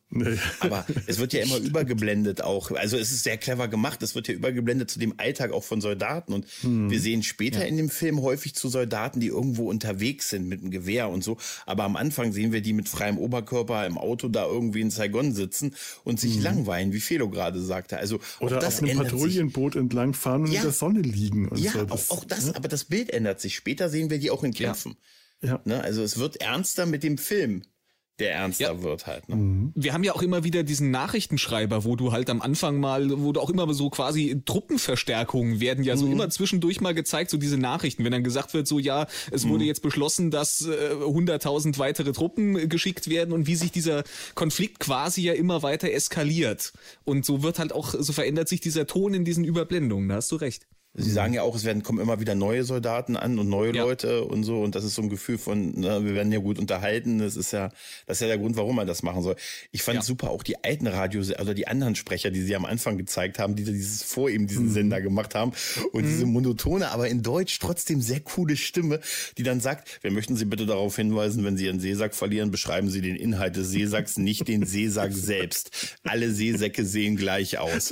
Nee. Aber es wird ja immer übergeblendet auch. Also es ist sehr clever gemacht. Es wird ja übergeblendet zu dem Alltag auch von Soldaten. Und wir sehen später in dem Film häufig zu Soldaten, die irgendwo unterwegs sind mit einem Gewehr und so. Aber am Anfang sehen wir die mit freiem Oberkörper im Auto da irgendwie in Saigon sitzen und sich langweilen, wie Felo gerade sagte. Also oder das auf einem Patrouillenboot entlang fahren und in der Sonne liegen. Und ja, so. auch das. Aber das Bild ändert sich. Später sehen wir die auch in Kämpfen. Ja. Ne? Also es wird ernster mit dem Film. Der ernster wird halt. Ne? Wir haben ja auch immer wieder diesen Nachrichtenschreiber, wo du halt am Anfang mal, wo du auch immer so quasi Truppenverstärkungen werden ja so immer zwischendurch mal gezeigt, so diese Nachrichten, wenn dann gesagt wird, so ja, es wurde jetzt beschlossen, dass 100.000 weitere Truppen geschickt werden und wie sich dieser Konflikt quasi ja immer weiter eskaliert. Und so wird halt auch, so verändert sich dieser Ton in diesen Überblendungen, da hast du recht. Sie sagen ja auch, kommen immer wieder neue Soldaten an und neue Leute und so. Und das ist so ein Gefühl von, wir werden ja gut unterhalten. Das ist ja der Grund, warum man das machen soll. Ich fand super auch die alten Radios, also die anderen Sprecher, die sie am Anfang gezeigt haben, die diesen Sender gemacht haben. Und diese monotone, aber in Deutsch trotzdem sehr coole Stimme, die dann sagt, wir möchten Sie bitte darauf hinweisen, wenn Sie Ihren Seesack verlieren, beschreiben Sie den Inhalt des Seesacks, nicht den Seesack selbst. Alle Seesäcke sehen gleich aus.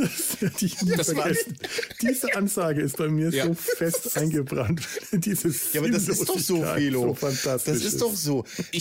Diese Ansage ist bei mir so fest eingebrannt. Aber das ist doch so, Felo. So fantastisch. Das ist doch so.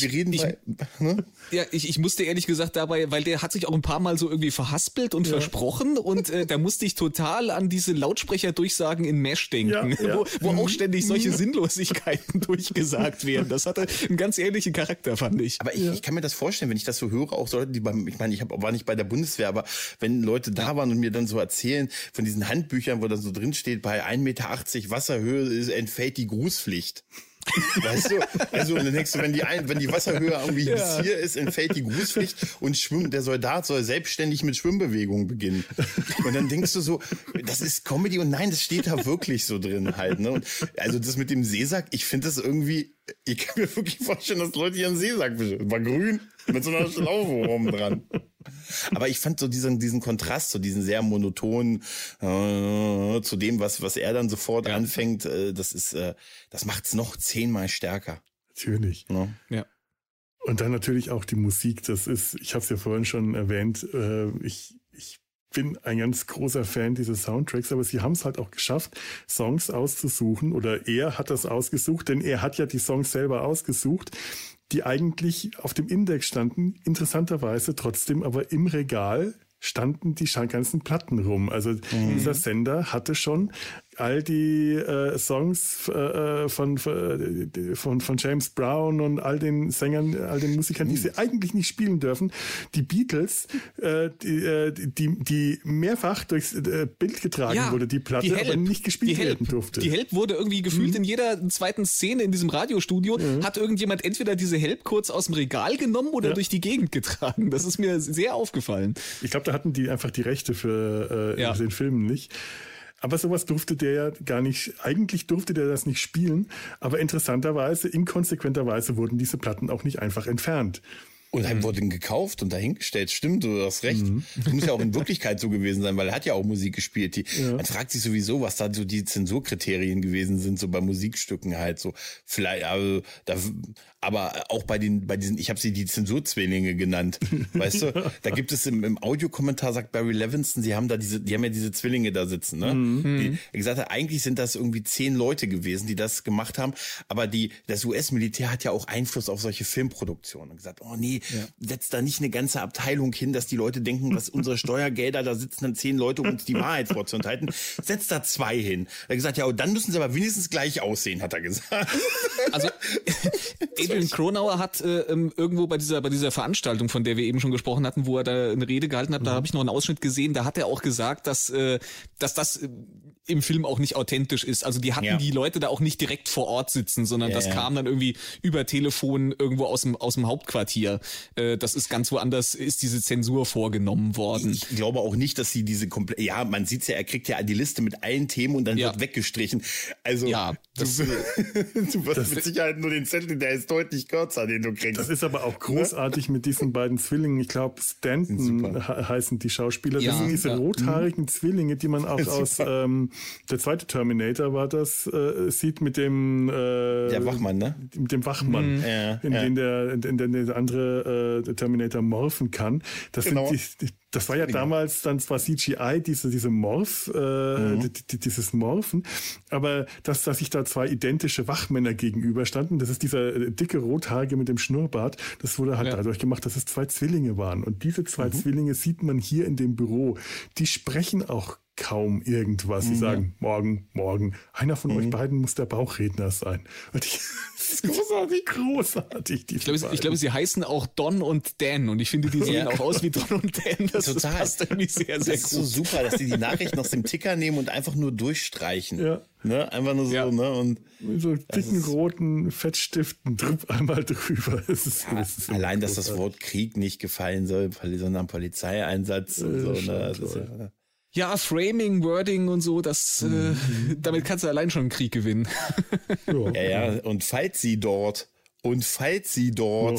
Ich musste ehrlich gesagt dabei, weil der hat sich auch ein paar Mal so irgendwie verhaspelt und versprochen und da musste ich total an diese Lautsprecherdurchsagen in Mesh denken, wo auch ständig solche Sinnlosigkeiten durchgesagt werden. Das hatte einen ganz ähnlichen Charakter, fand ich. Aber ich kann mir das vorstellen, wenn ich das so höre, auch Leute, die war nicht bei der Bundeswehr, aber wenn Leute da waren und mir dann so erzählen von diesen Handbüchern, wo da so drin steht, bei 1,80 Meter Wasserhöhe entfällt die Grußpflicht. Weißt du? Also, und dann denkst du, wenn die Wasserhöhe irgendwie bis hier ist, entfällt die Grußpflicht und der Soldat soll selbstständig mit Schwimmbewegungen beginnen. Und dann denkst du so, das ist Comedy und nein, das steht da wirklich so drin halt, ne? Und also das mit dem Seesack, ich finde das irgendwie, ich kann mir wirklich vorstellen, dass Leute ihren Seesack beschreiben. War grün mit so einer Schlaufe oben dran. Aber ich fand so diesen Kontrast, so diesen sehr monotonen zu dem, was er dann sofort anfängt, das macht's noch 10-mal stärker. Natürlich. Ja. Und dann natürlich auch die Musik. Das ist, ich habe es ja vorhin schon erwähnt, ich bin ein ganz großer Fan dieser Soundtracks, aber sie haben es halt auch geschafft, Songs auszusuchen, oder er hat das ausgesucht, denn er hat ja die Songs selber ausgesucht, die eigentlich auf dem Index standen, interessanterweise trotzdem aber im Regal standen die ganzen Platten rum. Also dieser Sender hatte schon all die Songs von James Brown und all den Sängern, all den Musikern, die sie eigentlich nicht spielen dürfen. Die Beatles, die mehrfach durchs Bild getragen wurde, die Platte, aber nicht gespielt werden durfte. Die Help wurde irgendwie gefühlt in jeder zweiten Szene in diesem Radiostudio, hat irgendjemand entweder diese Help kurz aus dem Regal genommen oder durch die Gegend getragen. Das ist mir sehr aufgefallen. Ich glaube, da hatten die einfach die Rechte für den Film nicht. Aber sowas durfte der ja gar nicht, eigentlich durfte der das nicht spielen, aber interessanterweise, inkonsequenterweise wurden diese Platten auch nicht einfach entfernt. Und dann wurden gekauft und dahingestellt. Stimmt, du hast recht. Das muss ja auch in Wirklichkeit so gewesen sein, weil er hat ja auch Musik gespielt. Man fragt sich sowieso, was da so die Zensurkriterien gewesen sind, so bei Musikstücken halt so. Vielleicht, aber auch bei diesen, ich habe sie die Zensurzwillinge genannt. Weißt du, da gibt es im Audiokommentar, sagt Barry Levinson, die haben ja diese Zwillinge da sitzen, ne? Die gesagt hat, eigentlich sind das irgendwie 10 Leute gewesen, die das gemacht haben. Aber das US-Militär hat ja auch Einfluss auf solche Filmproduktionen. Und gesagt, oh nee, setzt da nicht eine ganze Abteilung hin, dass die Leute denken, dass unsere Steuergelder, da sitzen dann 10 Leute, um uns die Wahrheit vorzuenthalten. Setzt da 2 hin. Er hat gesagt, ja, und dann müssen sie aber wenigstens gleich aussehen, hat er gesagt. Also Adrian Cronauer hat irgendwo bei dieser Veranstaltung, von der wir eben schon gesprochen hatten, wo er da eine Rede gehalten hat, da habe ich noch einen Ausschnitt gesehen, da hat er auch gesagt, dass das im Film auch nicht authentisch ist. Also die hatten die Leute da auch nicht direkt vor Ort sitzen, sondern das kam dann irgendwie über Telefon irgendwo aus dem Hauptquartier. Das ist ganz woanders, ist diese Zensur vorgenommen worden. Ich glaube auch nicht, dass sie diese man sieht's ja, er kriegt ja die Liste mit allen Themen und dann wird weggestrichen. Also Du wirst mit Sicherheit nur den Zettel, der ist deutlich kürzer, den du kriegst. Das ist aber auch großartig mit diesen beiden Zwillingen. Ich glaube, Stanton heißen die Schauspieler. Das sind diese rothaarigen Zwillinge, die man auch aus der zweite Terminator war das, sieht mit dem der Wachmann, ne? Mit dem Wachmann, in den der andere Terminator morphen kann. Das sind das war ja damals dann zwar CGI, diese Morph, dieses Morphen, aber dass sich da zwei identische Wachmänner gegenüberstanden, das ist dieser dicke Rothaarige mit dem Schnurrbart, das wurde halt dadurch gemacht, dass es zwei Zwillinge waren. Und diese zwei Zwillinge sieht man hier in dem Büro. Die sprechen auch kaum irgendwas. Sie sagen, morgen. Einer von euch beiden muss der Bauchredner sein. Und das ist großartig. Ich glaube, sie heißen auch Don und Dan. Und ich finde, die sehen auch aus wie Don und Dan. Das passt irgendwie sehr, sehr gut. Das ist so super, dass die Nachrichten aus dem Ticker nehmen und einfach nur durchstreichen. Ja. Ne? Einfach nur so, ne? Und mit so dicken roten Fettstiften einmal drüber. Allein, dass das Wort Krieg nicht gefallen soll, sondern Polizeieinsatz und so. Ne? Ja, Framing, Wording und so, damit kannst du allein schon einen Krieg gewinnen. Ja, und falls sie dort. Und falls sie dort.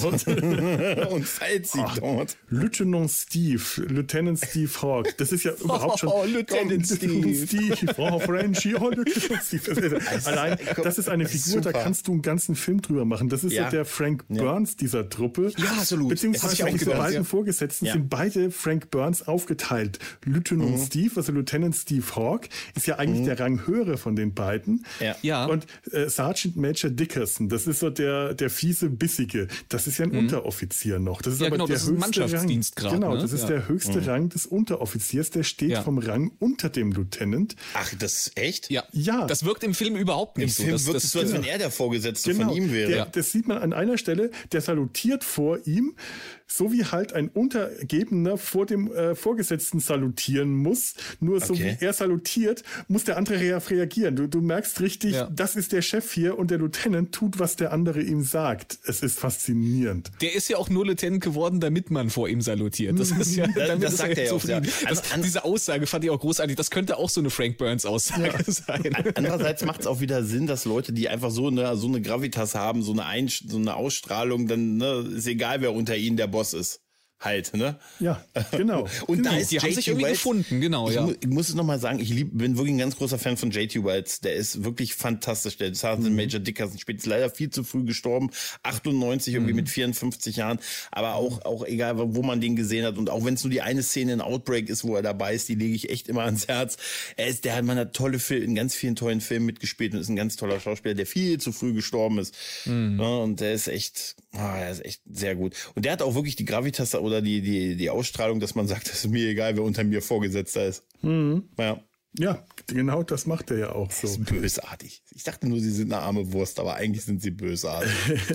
Lieutenant Steve Hawk. Das ist ja überhaupt schon. Lieutenant Steve. Frenchie. Lieutenant Steve. Allein, das ist eine Figur, da kannst du einen ganzen Film drüber machen. Das ist so der Frank Burns dieser Truppe. Ja, absolut. Beziehungsweise diese beiden Vorgesetzten sind beide Frank Burns aufgeteilt. Lieutenant Steve, also Lieutenant Steve Hawk, ist ja eigentlich der Ranghöhere von den beiden. Ja. Und Sergeant Major Dickerson, das ist so der fiese, bissige. Das ist ja ein Unteroffizier noch. Das ist aber der höchste Mannschaftsdienstgrad. Genau, das ist der höchste Rang des Unteroffiziers. Der steht vom Rang unter dem Lieutenant. Ach, das ist echt? Ja. Das wirkt im Film überhaupt nicht so. Im Film wirkt es so, als wenn er der Vorgesetzte von ihm wäre. Das sieht man an einer Stelle, der salutiert vor ihm, so wie halt ein Untergebener vor dem Vorgesetzten salutieren muss. Nur so wie er salutiert, muss der andere reagieren. Du merkst richtig, das ist der Chef hier und der Lieutenant tut, was der andere ihm sagt. Es ist faszinierend. Der ist ja auch nur Lieutenant geworden, damit man vor ihm salutiert. Das ist ja, das sagt er ja auch. Diese Aussage fand ich auch großartig. Das könnte auch so eine Frank Burns Aussage sein. Andererseits macht es auch wieder Sinn, dass Leute, die einfach so eine Gravitas haben, so eine Ausstrahlung, dann ist egal, wer unter ihnen der Boss ist. Halt, ne? Ja, genau. Und genau. da ist die haben sich irgendwie gefunden, genau, Ich muss es nochmal sagen, bin wirklich ein ganz großer Fan von J.T. Wells. Der ist wirklich fantastisch. Der Sergeant Major Dickerson spielt, ist leider viel zu früh gestorben. 98, irgendwie mit 54 Jahren. Aber auch egal, wo man den gesehen hat. Und auch wenn es nur die eine Szene in Outbreak ist, wo er dabei ist, die lege ich echt immer ans Herz. Der hat mal in ganz vielen tollen Filmen mitgespielt und ist ein ganz toller Schauspieler, der viel zu früh gestorben ist. Ja, und der ist echt sehr gut. Und der hat auch wirklich die Gravitas oder die Ausstrahlung, dass man sagt, es ist mir egal, wer unter mir Vorgesetzter ist. Ja, genau das macht er ja auch so. Das ist bösartig. Ich dachte nur, sie sind eine arme Wurst, aber eigentlich sind sie bösartig.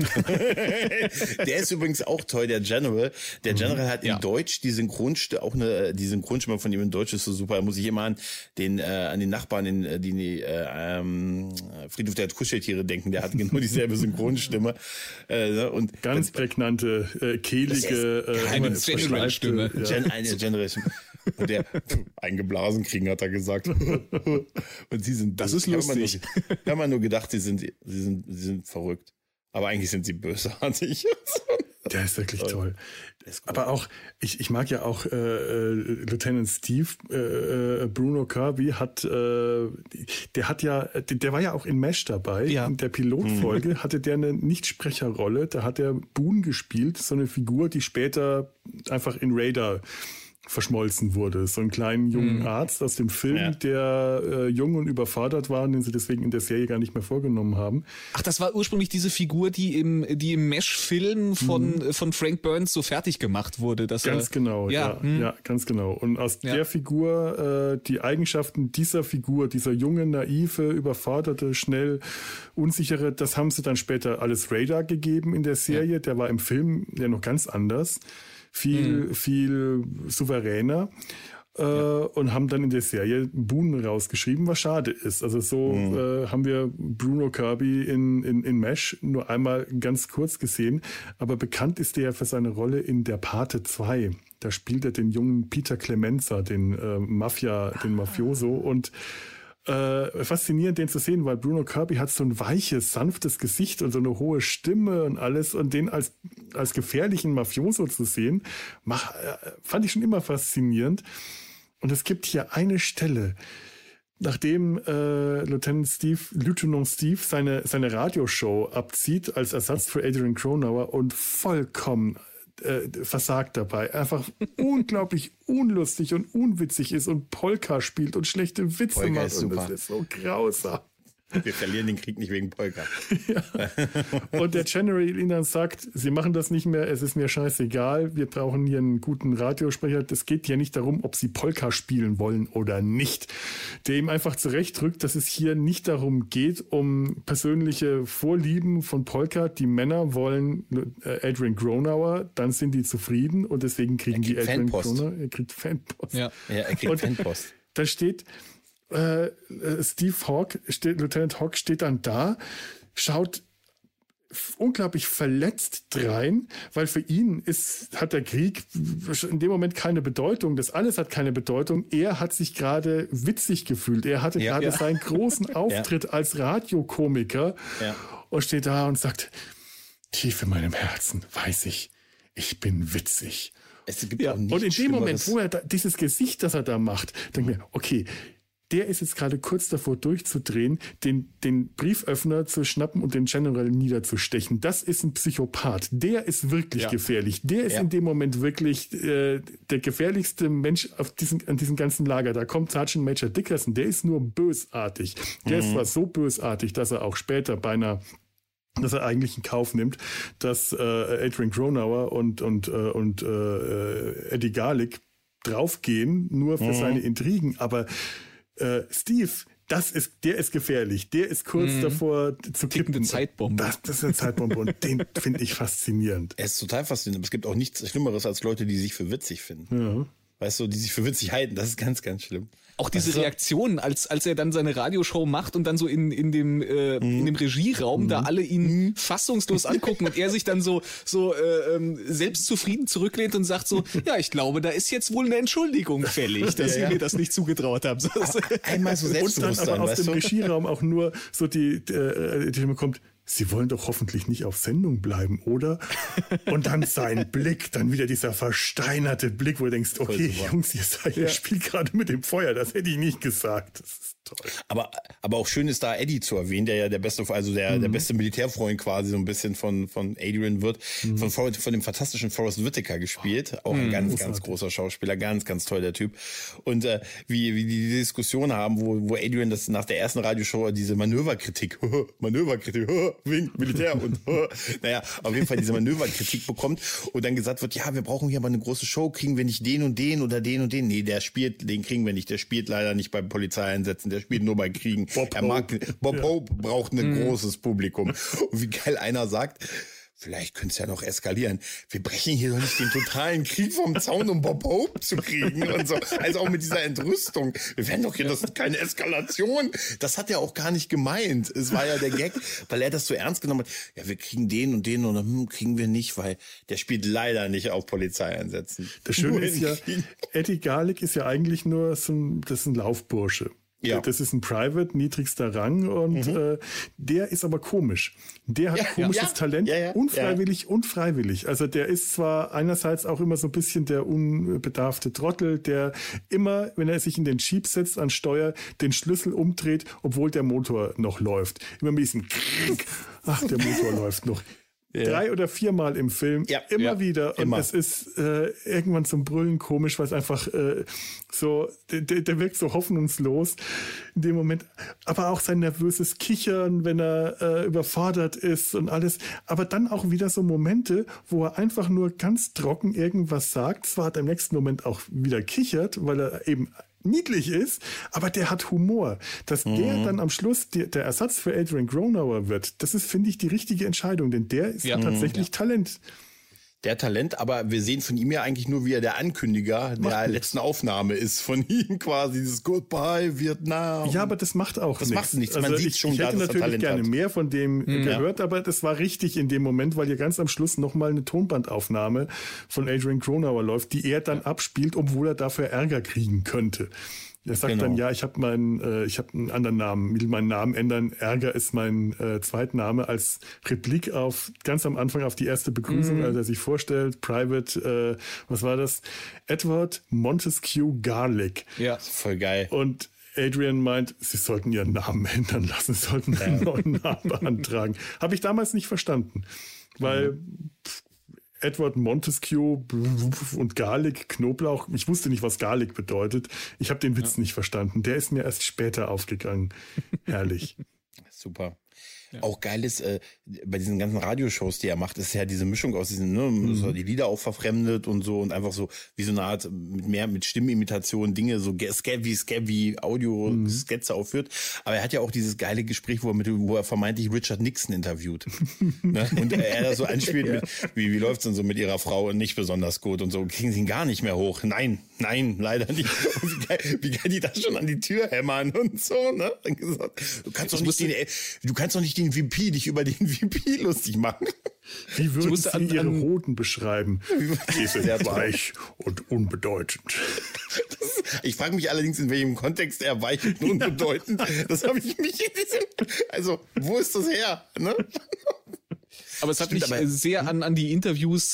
Der ist übrigens auch toll, der General. Der General hat in Deutsch die Synchronstimme, die Synchronstimme von ihm in Deutsch ist so super. Da muss ich immer an den Nachbarn in die Friedhof der Kuscheltiere denken. Der hat genau dieselbe Synchronstimme. Und ganz prägnante, kehlige, eine General-Stimme. Eine Generation. Und der eingeblasen kriegen, hat er gesagt. Und sie sind, das ist lustig. Ich habe nur gedacht, sie sind verrückt. Aber eigentlich sind sie bösartig. Der ist wirklich toll. Aber auch, ich mag ja auch Lieutenant Steve, Bruno Kirby der war ja auch in MASH dabei. Ja. In der Pilotfolge hatte der eine Nichtsprecherrolle. Da hat er Boone gespielt, so eine Figur, die später einfach in Raider verschmolzen wurde. So einen kleinen jungen Arzt aus dem Film, der jung und überfordert war, den sie deswegen in der Serie gar nicht mehr vorgenommen haben. Ach, das war ursprünglich diese Figur, die im MASH-Film von Frank Burns so fertig gemacht wurde. Genau, ja, ganz genau. Und aus der Figur, die Eigenschaften dieser Figur, dieser junge, naive, überforderte, schnell, unsichere, das haben sie dann später alles Radar gegeben in der Serie. Der war im Film ja noch ganz anders. Viel souveräner und haben dann in der Serie Boone rausgeschrieben, was schade ist. Also haben wir Bruno Kirby in MASH nur einmal ganz kurz gesehen, aber bekannt ist er für seine Rolle in Der Pate 2. Da spielt er den jungen Peter Clemenza, den Mafioso und faszinierend, den zu sehen, weil Bruno Kirby hat so ein weiches, sanftes Gesicht und so eine hohe Stimme und alles, und den als gefährlichen Mafioso zu sehen, fand ich schon immer faszinierend. Und es gibt hier eine Stelle, nachdem Lieutenant Steve seine Radioshow abzieht als Ersatz für Adrian Cronauer und vollkommen versagt dabei, einfach unglaublich unlustig und unwitzig ist und Polka spielt und schlechte Witze macht. Und das ist so grausam. Wir verlieren den Krieg nicht wegen Polka. Ja. Und der General ihnen dann sagt, sie machen das nicht mehr, es ist mir scheißegal, wir brauchen hier einen guten Radiosprecher. Das geht ja nicht darum, ob sie Polka spielen wollen oder nicht. Der ihm einfach zurechtdrückt, dass es hier nicht darum geht, um persönliche Vorlieben von Polka. Die Männer wollen Adrian Cronauer, dann sind die zufrieden und deswegen kriegen die Adrian Cronauer. Er kriegt Fanpost. Ja, er kriegt Fanpost. Da steht Lieutenant Hawk steht dann da, schaut unglaublich verletzt drein, weil für ihn hat der Krieg in dem Moment keine Bedeutung. Das alles hat keine Bedeutung. Er hat sich gerade witzig gefühlt. Er hatte gerade seinen großen Auftritt als Radiokomiker und steht da und sagt, tief in meinem Herzen weiß ich bin witzig. Es gibt auch nichts und in dem Moment, wo er dieses Gesicht, das er da macht, denke ich mir, okay, der ist jetzt gerade kurz davor durchzudrehen, den Brieföffner zu schnappen und den General niederzustechen. Das ist ein Psychopath. Der ist wirklich gefährlich. Der ist in dem Moment wirklich der gefährlichste Mensch an diesem ganzen Lager. Da kommt Sergeant Major Dickerson. Der ist nur bösartig. Der ist zwar so bösartig, dass er auch später dass er eigentlich in Kauf nimmt, dass Adrian Cronauer und Eddie Garlick draufgehen, nur für seine Intrigen. Aber Steve, der ist gefährlich. Der ist kurz davor zu kippen. Eine Zeitbombe. Das ist eine Zeitbombe und den finde ich faszinierend. Er ist total faszinierend. Aber es gibt auch nichts Schlimmeres als Leute, die sich für witzig finden. Ja. Weißt du, die sich für witzig halten. Das ist ganz, ganz schlimm. Auch diese Reaktionen, als er dann seine Radioshow macht und dann so in dem Regieraum da alle ihn fassungslos angucken und er sich dann so selbstzufrieden zurücklehnt und sagt so, ja, ich glaube, da ist jetzt wohl eine Entschuldigung fällig, dass Sie mir das nicht zugetraut haben. Einmal so selbstbewusst und dann aber aus dem Regieraum auch nur so die Stimme kommt, Sie wollen doch hoffentlich nicht auf Sendung bleiben, oder? Und dann sein Blick, dann wieder dieser versteinerte Blick, wo du denkst, okay, Jungs, ihr spielt gerade mit dem Feuer, das hätte ich nicht gesagt. Das ist toll. Aber auch schön ist da Eddie zu erwähnen, der ja der beste Militärfreund quasi so ein bisschen von Adrian wird, von dem fantastischen Forrest Whitaker gespielt. Auch ein ganz, ganz großer Schauspieler, ganz, ganz toll, der Typ. Und wie die Diskussion haben, wo Adrian das nach der ersten Radioshow diese Manöverkritik wegen Militär und naja, auf jeden Fall diese Manöverkritik bekommt und dann gesagt wird, ja, wir brauchen hier mal eine große Show, kriegen wir nicht den und den oder den und den? Nee, den kriegen wir nicht. Der spielt leider nicht bei Polizeieinsätzen, der spielt nur bei Kriegen. Bob Hope braucht ein großes Publikum. Und wie geil einer sagt, vielleicht könnte es ja noch eskalieren. Wir brechen hier doch nicht den totalen Krieg vom Zaun, um Bob Hope zu kriegen und so. Also auch mit dieser Entrüstung. Wir werden doch hier, das ist keine Eskalation. Das hat er auch gar nicht gemeint. Es war ja der Gag, weil er das so ernst genommen hat. Ja, wir kriegen den und den und kriegen wir nicht, weil der spielt leider nicht auf Polizeieinsätzen. Das Schöne ist ja, Eddie Garlick ist ja eigentlich nur das ist ein Laufbursche. Ja. Das ist ein Private, niedrigster Rang und der ist aber komisch. Der hat komisches Talent, unfreiwillig und freiwillig. Also der ist zwar einerseits auch immer so ein bisschen der unbedarfte Trottel, der immer, wenn er sich in den Jeep setzt an Steuer, den Schlüssel umdreht, obwohl der Motor noch läuft. Immer ein bisschen, ach, der Motor läuft noch. 3 oder 4 Mal im Film, immer wieder. Und es ist irgendwann zum Brüllen komisch, weil es einfach der wirkt so hoffnungslos in dem Moment. Aber auch sein nervöses Kichern, wenn er überfordert ist und alles. Aber dann auch wieder so Momente, wo er einfach nur ganz trocken irgendwas sagt. Zwar hat er im nächsten Moment auch wieder kichert, weil er eben niedlich ist, aber der hat Humor. Dass der dann am Schluss der Ersatz für Adrian Cronauer wird, das ist, finde ich, die richtige Entscheidung, denn der ist tatsächlich Talent. Der Talent, aber wir sehen von ihm ja eigentlich nur, wie er der Ankündiger der letzten Aufnahme ist. Von ihm quasi dieses Goodbye Vietnam. Ja, aber das macht auch nichts. Das macht nichts. Man sieht schon, ich hätte natürlich gerne mehr von dem gehört, aber das war richtig in dem Moment, weil ja ganz am Schluss nochmal eine Tonbandaufnahme von Adrian Cronauer läuft, die er dann abspielt, obwohl er dafür Ärger kriegen könnte. Er sagt dann, ja, ich habe einen anderen Namen, will meinen Namen ändern. Ärger ist mein Zweitname als Replik ganz am Anfang auf die erste Begrüßung, als er sich vorstellt. Private, was war das? Edward Montesquieu Garlick. Ja, voll geil. Und Adrian meint, sie sollten ihren Namen ändern lassen, sollten einen neuen Namen beantragen. Habe ich damals nicht verstanden, weil Edward Montesquieu und Garlic, Knoblauch, ich wusste nicht, was Garlic bedeutet. Ich habe den Witz nicht verstanden. Der ist mir erst später aufgegangen. Herrlich. Super. Ja. Auch geil ist, bei diesen ganzen Radioshows, die er macht, ist ja diese Mischung aus diesen, so die Lieder auch verfremdet und so und einfach so wie so eine Art mit Stimmimitation Dinge, so Scabby Audio-Sketze aufführt. Aber er hat ja auch dieses geile Gespräch, wo er vermeintlich Richard Nixon interviewt. Ne? Und er da so anspielt mit, wie läuft's denn so mit ihrer Frau und nicht besonders gut und so, kriegen sie ihn gar nicht mehr hoch. Nein, leider nicht. Und wie geil die da schon an die Tür hämmern und so, ne? Dann gesagt, du kannst doch nicht den VP, dich über den VP lustig machen. Wie würden Sie Ihre Hoden beschreiben? Sie sind weich und unbedeutend. Ich frage mich allerdings, in welchem Kontext er weich und unbedeutend. Das habe ich mich in diesem... Also, wo ist das her? Ne? Aber es hat mich sehr an die Interviews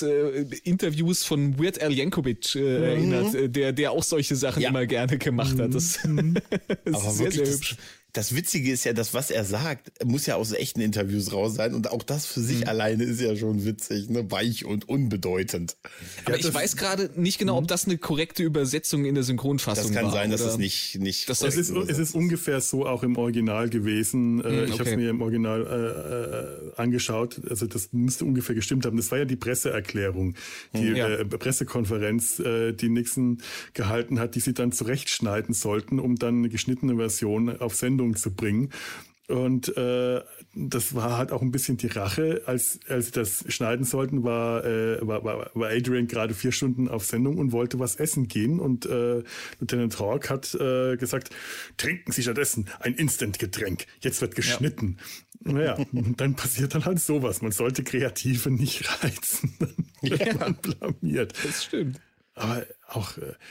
von Weird Al Yankovic erinnert, der auch solche Sachen immer gerne gemacht hat. Das ist aber sehr, sehr hübsch. Das Witzige ist ja, dass was er sagt, muss ja aus echten Interviews raus sein und auch das für sich alleine ist ja schon witzig, ne? Weich und unbedeutend. Aber ich weiß gerade nicht genau, ob das eine korrekte Übersetzung in der Synchronfassung war. Das kann sein, dass es nicht es ist ungefähr so auch im Original gewesen. Ich habe es mir im Original angeschaut. Also das müsste ungefähr gestimmt haben. Das war ja die Presseerklärung, die Pressekonferenz, die Nixon gehalten hat, die sie dann zurechtschneiden sollten, um dann eine geschnittene Version auf Sendung zu bringen. Und das war halt auch ein bisschen die Rache. Als sie das schneiden sollten, war Adrian gerade 4 Stunden auf Sendung und wollte was essen gehen. Und Lieutenant Hawk hat gesagt, trinken Sie stattdessen ein Instant-Getränk. Jetzt wird geschnitten. Ja. Naja, dann passiert dann halt sowas. Man sollte Kreative nicht reizen. Dann wird man blamiert. Das stimmt. Aber auch...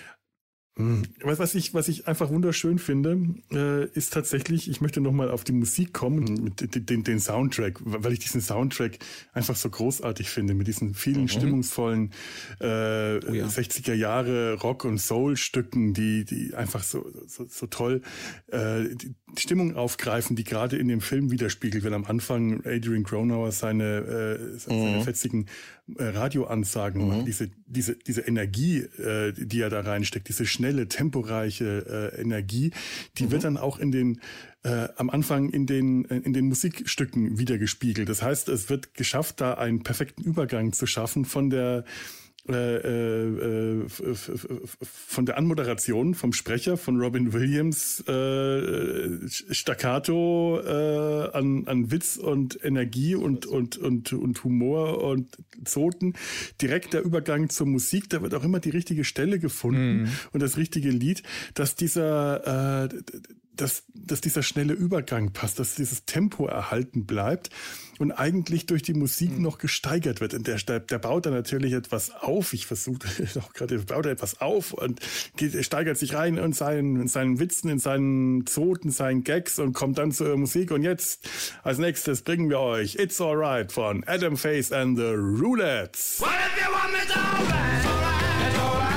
Was ich einfach wunderschön finde, ist tatsächlich, ich möchte nochmal auf die Musik kommen, mit den Soundtrack, weil ich diesen Soundtrack einfach so großartig finde, mit diesen vielen stimmungsvollen 60er Jahre Rock- und Soul-Stücken, die einfach so toll die Stimmung aufgreifen, die gerade in dem Film widerspiegelt, wenn am Anfang Adrian Cronauer seine fetzigen Radioansagen macht, diese Energie, die er da reinsteckt, diese schnelle, temporeiche Energie, die wird dann auch am Anfang in den Musikstücken wiedergespiegelt. Das heißt, es wird geschafft, da einen perfekten Übergang zu schaffen von der Anmoderation vom Sprecher von Robin Williams, Staccato an Witz und Energie und Humor und Zoten, direkt der Übergang zur Musik, da wird auch immer die richtige Stelle gefunden und das richtige Lied, dass dieser schnelle Übergang passt, dass dieses Tempo erhalten bleibt und eigentlich durch die Musik noch gesteigert wird. Und der baut da natürlich etwas auf. Ich versuche auch gerade, baut er etwas auf und steigert sich rein in seinen Witzen, in seinen Zoten, seinen Gags und kommt dann zur Musik. Und jetzt als nächstes bringen wir euch It's Alright von Adam Faith and the Roulettes. What if you want me to alright? It's alright, it's alright.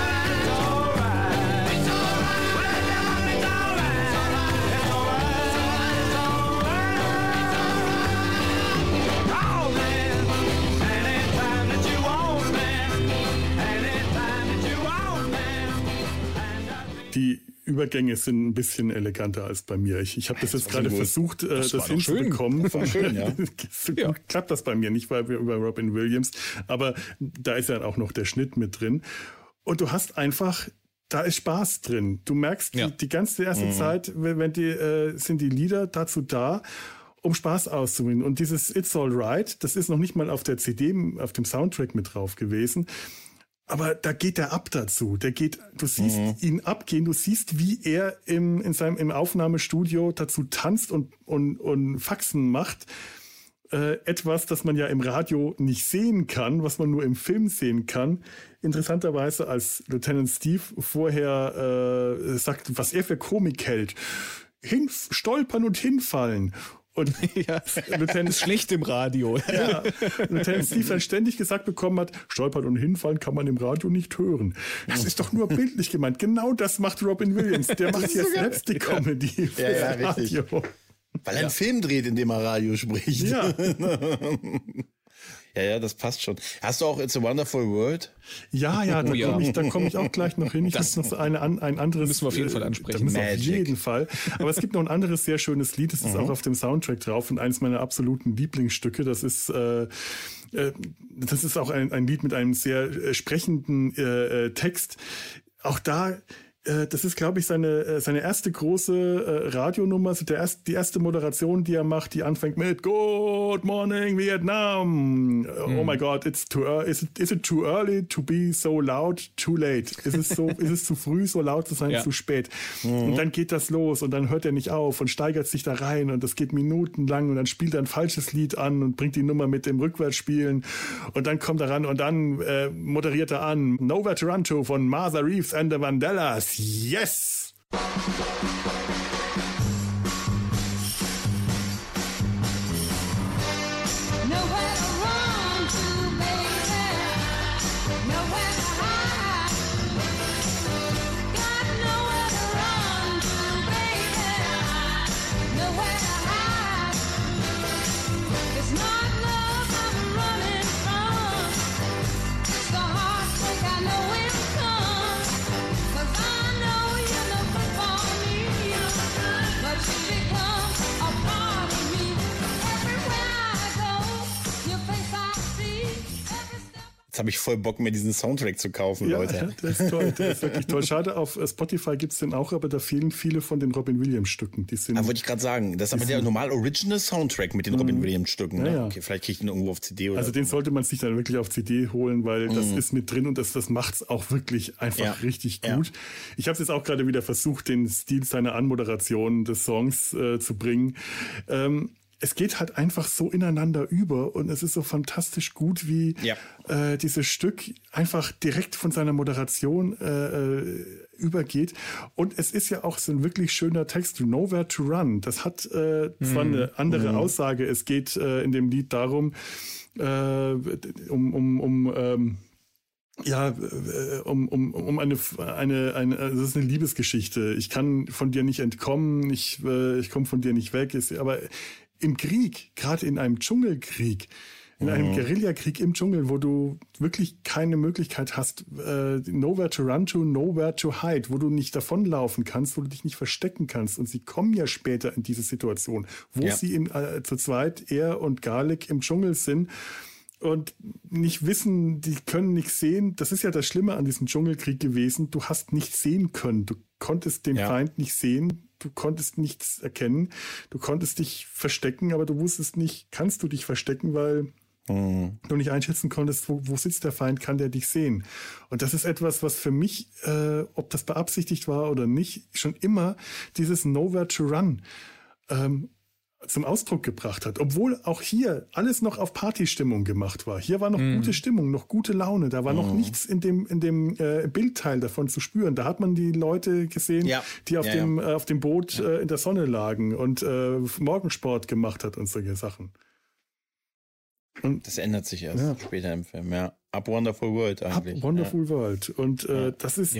Die Übergänge sind ein bisschen eleganter als bei mir. Ich habe das jetzt gerade versucht, das hinzubekommen. Schön, ja. So gut klappt das bei mir, nicht bei Robin Williams. Aber da ist ja auch noch der Schnitt mit drin. Und du hast einfach, da ist Spaß drin. Du merkst die ganze erste Zeit, sind die Lieder dazu da, um Spaß auszuwählen. Und dieses It's Alright, das ist noch nicht mal auf der CD, auf dem Soundtrack mit drauf gewesen. Aber da geht der ab dazu. Du siehst ihn abgehen, du siehst, wie er im Aufnahmestudio dazu tanzt und Faxen macht. etwas, das man ja im Radio nicht sehen kann, was man nur im Film sehen kann. Interessanterweise, als Lieutenant Steve vorher sagt, was er für Komik hält. Stolpern und hinfallen. Und ja, Lieutenant schlecht im Radio. Ja, Lieutenant Steve dann ständig gesagt bekommen hat, stolpern und hinfallen kann man im Radio nicht hören. Das ist doch nur bildlich gemeint. Genau das macht Robin Williams. Der macht jetzt Slapstick-Comedy für Radio. Richtig. Weil er einen Film dreht, in dem er Radio spricht. Ja. Ja, das passt schon. Hast du auch It's a Wonderful World? Ja, da komme ich auch gleich noch hin. Ich muss noch ein anderes... Müssen wir auf jeden Fall ansprechen. Auf jeden Fall. Aber es gibt noch ein anderes sehr schönes Lied, das ist auch auf dem Soundtrack drauf und eines meiner absoluten Lieblingsstücke. Das ist auch ein Lied mit einem sehr sprechenden Text. Auch da... Das ist, glaube ich, seine erste große Radionummer, also die erste Moderation, die er macht, die anfängt mit Good Morning Vietnam. Oh my God, is it too early to be so loud, too late? Ist es zu früh, so laut zu sein, zu spät? Und dann geht das los und dann hört er nicht auf und steigert sich da rein und das geht minutenlang und dann spielt er ein falsches Lied an und bringt die Nummer mit dem Rückwärtsspielen und dann kommt er ran und dann moderiert er an Nowhere to Run To von Martha Reeves and the Vandellas. Yes! Jetzt habe ich voll Bock, mir diesen Soundtrack zu kaufen, Leute. Ja, der ist toll, der ist wirklich toll. Schade, auf Spotify gibt's den auch, aber da fehlen viele von den Robin Williams-Stücken. Wollte ich gerade sagen, das ist aber der normal Original-Soundtrack mit den Robin Williams-Stücken. Ne? Ja. Okay, vielleicht kriege ich den irgendwo auf CD oder also den sollte man sich dann wirklich auf CD holen, weil das ist mit drin und das macht's auch wirklich einfach richtig gut. Ja. Ich habe es jetzt auch gerade wieder versucht, den Stil seiner Anmoderation des Songs zu bringen. Es geht halt einfach so ineinander über und es ist so fantastisch gut, wie dieses Stück einfach direkt von seiner Moderation übergeht. Und es ist ja auch so ein wirklich schöner Text, Nowhere to Run. Das hat zwar eine andere Aussage. Es geht in dem Lied darum, um eine, das ist eine Liebesgeschichte. Ich kann von dir nicht entkommen, ich komme von dir nicht weg. Aber im Krieg, gerade in einem Dschungelkrieg, in einem Guerillakrieg im Dschungel, wo du wirklich keine Möglichkeit hast, nowhere to run to, nowhere to hide, wo du nicht davonlaufen kannst, wo du dich nicht verstecken kannst. Und sie kommen ja später in diese Situation, wo sie zu zweit, er und Garlic, im Dschungel sind und nicht wissen, die können nichts sehen. Das ist ja das Schlimme an diesem Dschungelkrieg gewesen. Du hast nichts sehen können. Du konntest den Feind nicht sehen. Du konntest nichts erkennen. Du konntest dich verstecken, aber du wusstest nicht, kannst du dich verstecken, weil du nicht einschätzen konntest, wo sitzt der Feind, kann der dich sehen. Und das ist etwas, was für mich, ob das beabsichtigt war oder nicht, schon immer dieses Nowhere to Run zum Ausdruck gebracht hat. Obwohl auch hier alles noch auf Partystimmung gemacht war. Hier war noch gute Stimmung, noch gute Laune. Da war noch nichts in dem Bildteil davon zu spüren. Da hat man die Leute gesehen, die auf dem Boot in der Sonne lagen und Morgensport gemacht hat und solche Sachen. Und das ändert sich erst später im Film, Up Wonderful World eigentlich. Up Wonderful World. Und das ist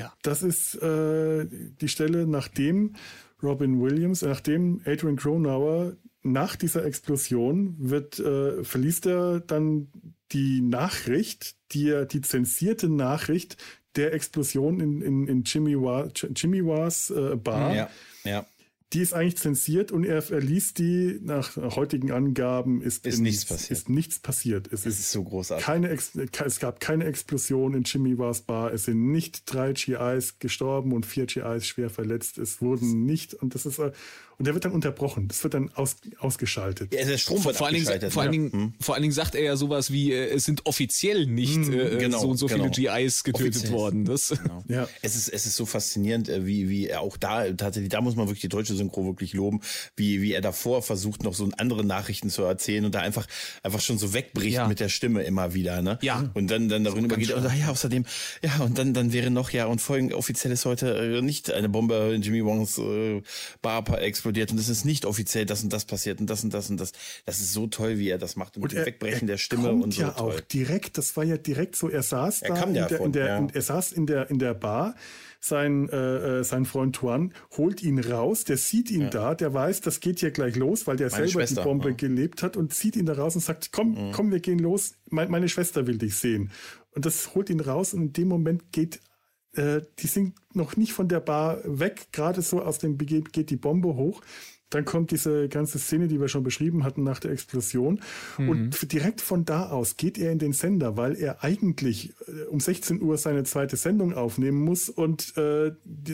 die Stelle, nachdem Robin Williams, nachdem Adrian Cronauer nach dieser Explosion verliest er dann die Nachricht, die zensierte Nachricht der Explosion in Jimmy Wahs Bar. Die ist eigentlich zensiert und er liest die, nach heutigen Angaben ist nichts passiert. Es ist so großartig. Es gab keine Explosion in Jimmy Wahs Bar. Es sind nicht 3 GIs gestorben und 4 GIs schwer verletzt. Es wurden nicht, und der wird dann unterbrochen. Das wird dann ausgeschaltet. Ja, der Strom wird abgeschaltet. Vor allen Dingen sagt er ja sowas wie, es sind offiziell nicht so und so viele GIs getötet worden. Das, Es ist so faszinierend, wie er auch da, tatsächlich, da muss man wirklich die deutsche Synchro wirklich loben, wie er davor versucht, noch so andere Nachrichten zu erzählen und da einfach schon so wegbricht mit der Stimme immer wieder, ne? Ja. Und dann darüber geht, und außerdem, und dann wäre noch, und folgend offiziell ist heute nicht eine Bombe in Jimmy Wongs Bar explodiert und es ist nicht offiziell das und das passiert und das und das und das. Das ist so toll, wie er das macht und mit dem Wegbrechen der Stimme und so. Ja, toll. auch direkt, das war ja direkt so, er saß er saß in der Bar, sein Freund Tuan holt ihn raus, der sieht ihn da, der weiß, das geht hier gleich los, weil der selber die Bombe gelebt hat und zieht ihn da raus und sagt, komm, wir gehen los, meine Schwester will dich sehen. Und das holt ihn raus und in dem Moment geht, die sind noch nicht von der Bar weg, gerade so aus dem geht die Bombe hoch. Dann kommt diese ganze Szene, die wir schon beschrieben hatten nach der Explosion. Und direkt von da aus geht er in den Sender, weil er eigentlich um 16 Uhr seine zweite Sendung aufnehmen muss und da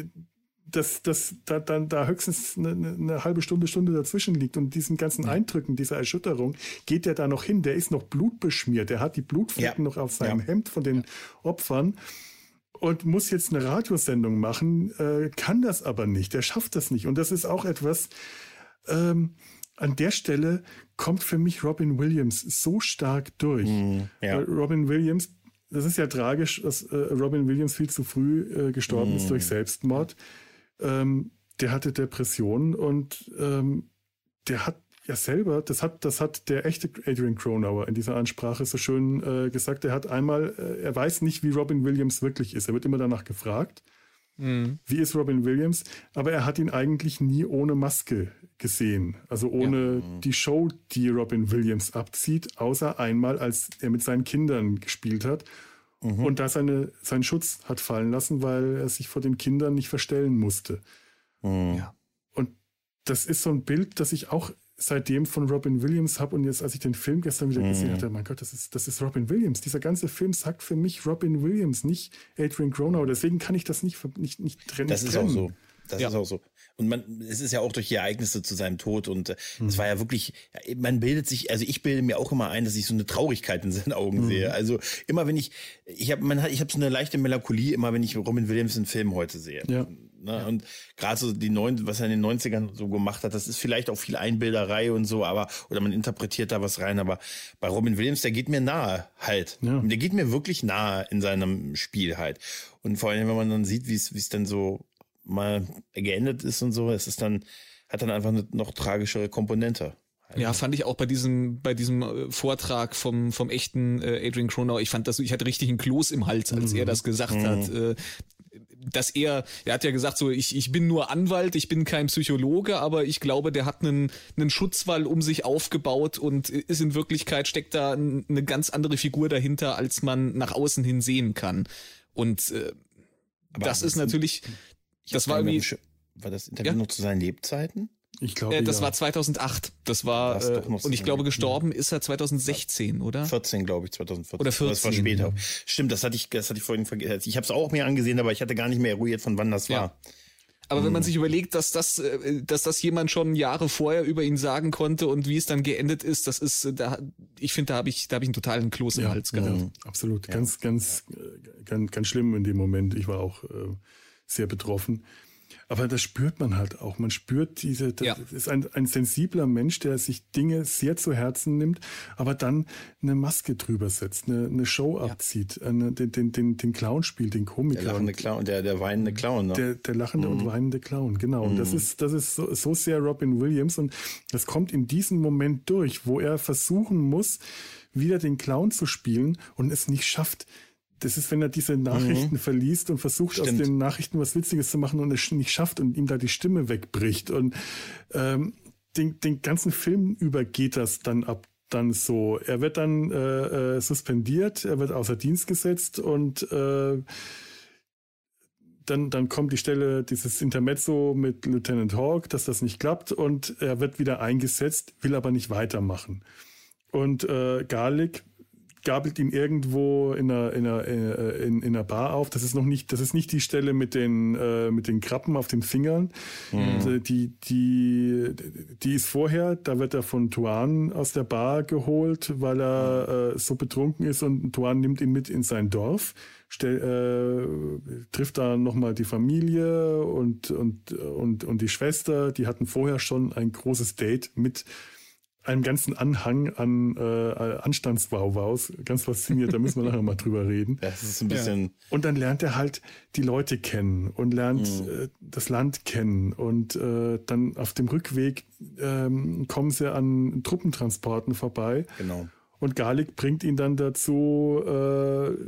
höchstens eine halbe Stunde dazwischen liegt und diesen ganzen Eindrücken, dieser Erschütterung, geht er da noch hin. Der ist noch blutbeschmiert. Der hat die Blutflecken noch auf seinem Hemd von den Opfern. Und muss jetzt eine Radiosendung machen, kann das aber nicht. Er schafft das nicht. Und das ist auch etwas, an der Stelle kommt für mich Robin Williams so stark durch. Robin Williams, das ist ja tragisch, dass Robin Williams viel zu früh gestorben ist durch Selbstmord. Der hatte Depressionen und der hat ja selber, das hat der echte Adrian Cronauer in dieser Ansprache so schön gesagt. Er hat einmal, er weiß nicht, wie Robin Williams wirklich ist. Er wird immer danach gefragt, wie ist Robin Williams? Aber er hat ihn eigentlich nie ohne Maske gesehen. Also ohne die Show, die Robin Williams abzieht, außer einmal, als er mit seinen Kindern gespielt hat und da seinen Schutz hat fallen lassen, weil er sich vor den Kindern nicht verstellen musste. Ja. Und das ist so ein Bild, das ich auch seitdem von Robin Williams habe und jetzt, als ich den Film gestern wieder gesehen hatte, mein Gott, das ist Robin Williams. Dieser ganze Film sagt für mich Robin Williams, nicht Adrian Cronauer. Deswegen kann ich das nicht trennen. Das ist auch so. Das ist auch so. Und es ist ja auch durch die Ereignisse zu seinem Tod und es war ja wirklich, man bildet sich, also ich bilde mir auch immer ein, dass ich so eine Traurigkeit in seinen Augen sehe. Also immer wenn ich habe so eine leichte Melancholie, immer wenn ich Robin Williams in Filmen heute sehe. Ja. Ne? Und gerade so was er in den 90ern so gemacht hat, das ist vielleicht auch viel Einbilderei und so, oder man interpretiert da was rein, aber bei Robin Williams, der geht mir nahe halt. Ja. Und der geht mir wirklich nahe in seinem Spiel halt. Und vor allem, wenn man dann sieht, wie es dann so mal geendet ist und so, hat dann einfach eine noch tragischere Komponente. Ja, fand ich auch bei diesem Vortrag vom echten Adrian Cronauer, ich hatte richtig einen Kloß im Hals, als er das gesagt hat. Dass er hat ja gesagt, so ich bin nur Anwalt, ich bin kein Psychologe, aber ich glaube, der hat einen Schutzwall um sich aufgebaut und ist in Wirklichkeit steckt da eine ganz andere Figur dahinter, als man nach außen hin sehen kann. Und das ist natürlich, das war irgendwie... War das Interview noch zu seinen Lebzeiten? Ich glaube, das war 2008. Das war, und ich glaube, gestorben ist er 2016, oder? 14, glaube ich, 2014. Oder 14. Das war später. Stimmt, das hatte ich vorhin vergessen. Ich habe es auch mir angesehen, aber ich hatte gar nicht mehr eruiert, von wann das war. Aber wenn man sich überlegt, dass das jemand schon Jahre vorher über ihn sagen konnte und wie es dann geendet ist, das ist, ich finde, da habe ich einen totalen Kloß im Hals gehabt. Ja, absolut. Ja. Ganz schlimm in dem Moment. Ich war auch sehr betroffen. Aber das spürt man halt auch. Man spürt das ist ein sensibler Mensch, der sich Dinge sehr zu Herzen nimmt, aber dann eine Maske drüber setzt, eine Show abzieht, den Clown spielt, den Komiker. Der lachende Clown, der weinende Clown. Ne? Der lachende und weinende Clown, genau. Und das ist so sehr Robin Williams und das kommt in diesem Moment durch, wo er versuchen muss, wieder den Clown zu spielen und es nicht schafft. Das ist, wenn er diese Nachrichten verliest und versucht, aus den Nachrichten was Witziges zu machen und es nicht schafft und ihm da die Stimme wegbricht. Und den ganzen Film über geht das dann so. Er wird dann suspendiert, er wird außer Dienst gesetzt und dann kommt die Stelle, dieses Intermezzo mit Lieutenant Hawk, dass das nicht klappt und er wird wieder eingesetzt, will aber nicht weitermachen. Und Garlic, gabelt ihn irgendwo in einer Bar auf. Das ist nicht die Stelle mit den Krabben auf den Fingern. Die ist vorher, da wird er von Tuan aus der Bar geholt, weil er so betrunken ist, und Tuan nimmt ihn mit in sein Dorf, trifft da nochmal die Familie und die Schwester. Die hatten vorher schon ein großes Date mit einem ganzen Anhang an Anstandswauwaus. Ganz fasziniert, da müssen wir nachher mal drüber reden. Das ist ein bisschen... Ja. Und dann lernt er halt die Leute kennen und lernt das Land kennen. Und dann auf dem Rückweg kommen sie an Truppentransporten vorbei. Genau. Und Garlic bringt ihn dann dazu, so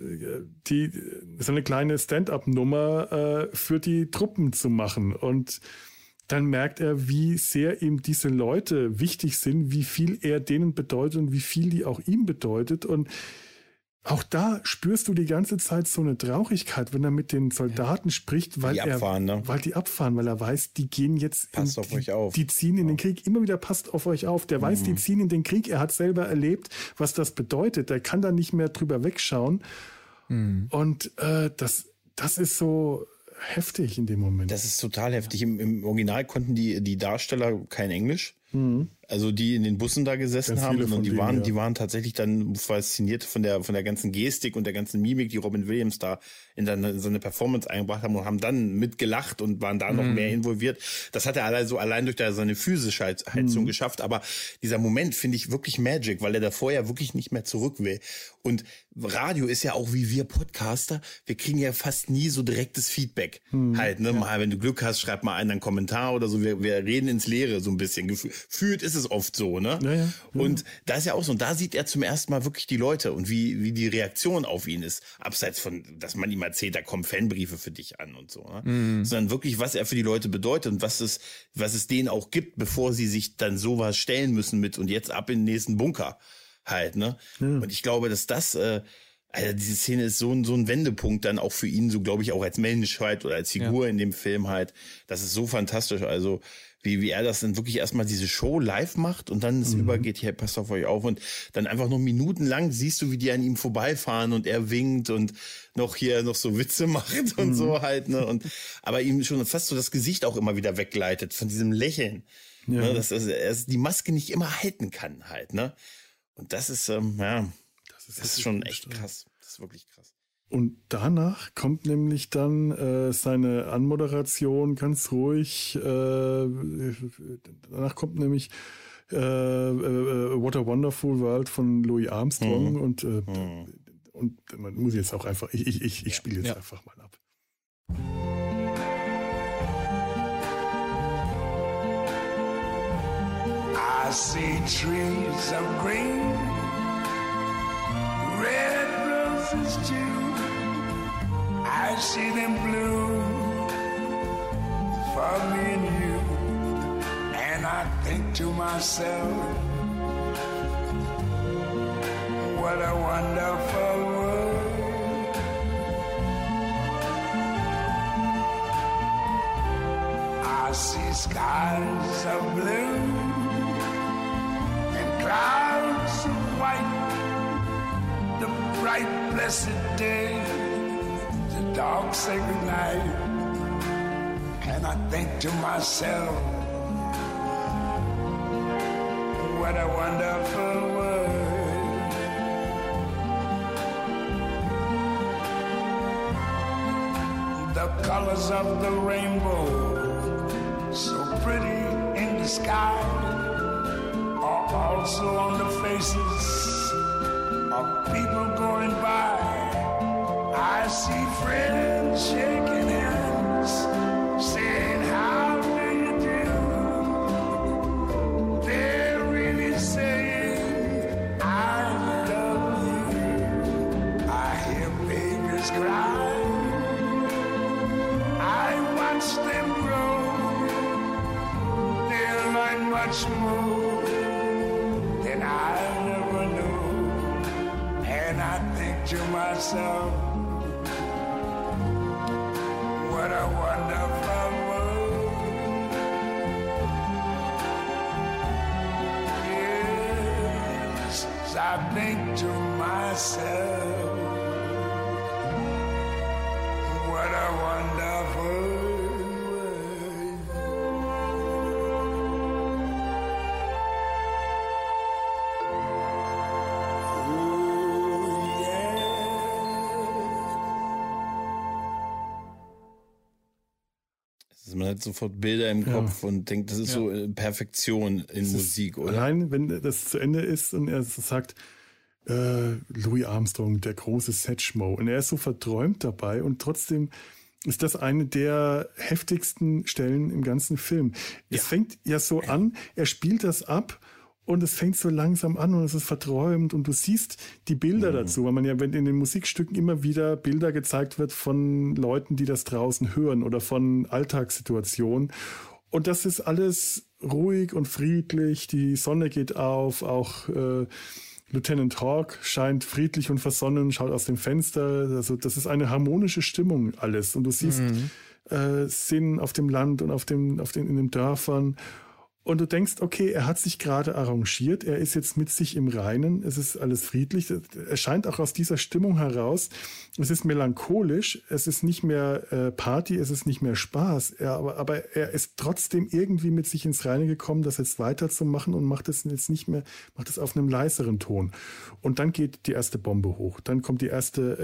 eine kleine Stand-up-Nummer für die Truppen zu machen. Und dann merkt er, wie sehr ihm diese Leute wichtig sind, wie viel er denen bedeutet und wie viel die auch ihm bedeutet. Und auch da spürst du die ganze Zeit so eine Traurigkeit, wenn er mit den Soldaten spricht, weil die abfahren, weil er weiß, die gehen jetzt, auf euch auf. Die ziehen in den Krieg. Immer wieder passt auf euch auf. Der weiß, die ziehen in den Krieg. Er hat selber erlebt, was das bedeutet. Der kann da nicht mehr drüber wegschauen. Und das ist so heftig in dem Moment. Das ist total heftig. Im Original konnten die Darsteller kein Englisch. Also die in den Bussen da gesessen haben, und die waren tatsächlich dann fasziniert von der ganzen Gestik und der ganzen Mimik, die Robin Williams da in so eine Performance eingebracht haben, und haben dann mitgelacht und waren da noch mehr involviert. Das hat er allein durch seine physische Heizung geschafft. Aber dieser Moment finde ich wirklich Magic, weil er davor ja wirklich nicht mehr zurück will. Und Radio ist ja auch wie wir Podcaster. Wir kriegen ja fast nie so direktes Feedback. Halt, ne? Mal, wenn du Glück hast, schreib mal einen Kommentar oder so. Wir reden ins Leere so ein bisschen. Gefühlt ist es oft so, ne? Ja. Und da ist ja auch so, und da sieht er zum ersten Mal wirklich die Leute und wie die Reaktion auf ihn ist. Abseits von, dass man ihm erzählt, da kommen Fanbriefe für dich an und so, ne? Sondern wirklich, was er für die Leute bedeutet und was es denen auch gibt, bevor sie sich dann sowas stellen müssen mit und jetzt ab in den nächsten Bunker halt, ne? Und ich glaube, dass also diese Szene ist so ein Wendepunkt dann auch für ihn, so glaube ich auch als Menschheit oder als Figur in dem Film halt. Das ist so fantastisch. Also wie er das dann wirklich erstmal diese Show live macht und dann es übergeht, hier, passt auf euch auf, und dann einfach noch minutenlang siehst du, wie die an ihm vorbeifahren und er winkt und noch so Witze macht und so halt, ne? Aber ihm schon fast so das Gesicht auch immer wieder weggleitet von diesem Lächeln. Ja. Ne? Dass er die Maske nicht immer halten kann halt, ne? Und das ist, das ist schon echt krass. Das ist wirklich krass. Und danach kommt nämlich dann seine Anmoderation ganz ruhig. Danach kommt nämlich What a Wonderful World von Louis Armstrong. Und man muss jetzt auch einfach, ich spiele jetzt einfach mal ab. I see trees of green, red roses too. I see them bloom for me and you. And I think to myself, what a wonderful world. I see skies of blue and clouds of white, the bright blessed day, the dark sacred night. And I think to myself, what a wonderful world. The colors of the rainbow, so pretty in the sky, are also on the faces of people going by. I see friends shaking hands, saying, how do you do? They're really saying, I love you. I hear babies cry, I watch them grow. They'll learn much more than I never knew. And I think to myself, what a wonderful world. Yes, I think to myself, myself. What a wonderful world. Oh, yeah. Man hat sofort Bilder im Kopf und denkt, das ist so Perfektion in Musik, oder? Allein, wenn das zu Ende ist und er sagt, Louis Armstrong, der große Satchmo, und er ist so verträumt dabei und trotzdem ist das eine der heftigsten Stellen im ganzen Film. Es fängt ja so an, er spielt das ab und es fängt so langsam an und es ist verträumt und du siehst die Bilder dazu, weil man ja, wenn in den Musikstücken immer wieder Bilder gezeigt wird von Leuten, die das draußen hören oder von Alltagssituationen. Und das ist alles ruhig und friedlich, die Sonne geht auf, auch Lieutenant Hawk scheint friedlich und versonnen, schaut aus dem Fenster. Also das ist eine harmonische Stimmung alles. Und du siehst Szenen auf dem Land und in den Dörfern. Und du denkst, okay, er hat sich gerade arrangiert, er ist jetzt mit sich im Reinen, es ist alles friedlich. Er scheint auch aus dieser Stimmung heraus, es ist melancholisch, es ist nicht mehr Party, es ist nicht mehr Spaß, aber er ist trotzdem irgendwie mit sich ins Reine gekommen, das jetzt weiterzumachen und macht es jetzt nicht mehr, macht es auf einem leiseren Ton. Und dann geht die erste Bombe hoch, dann kommt der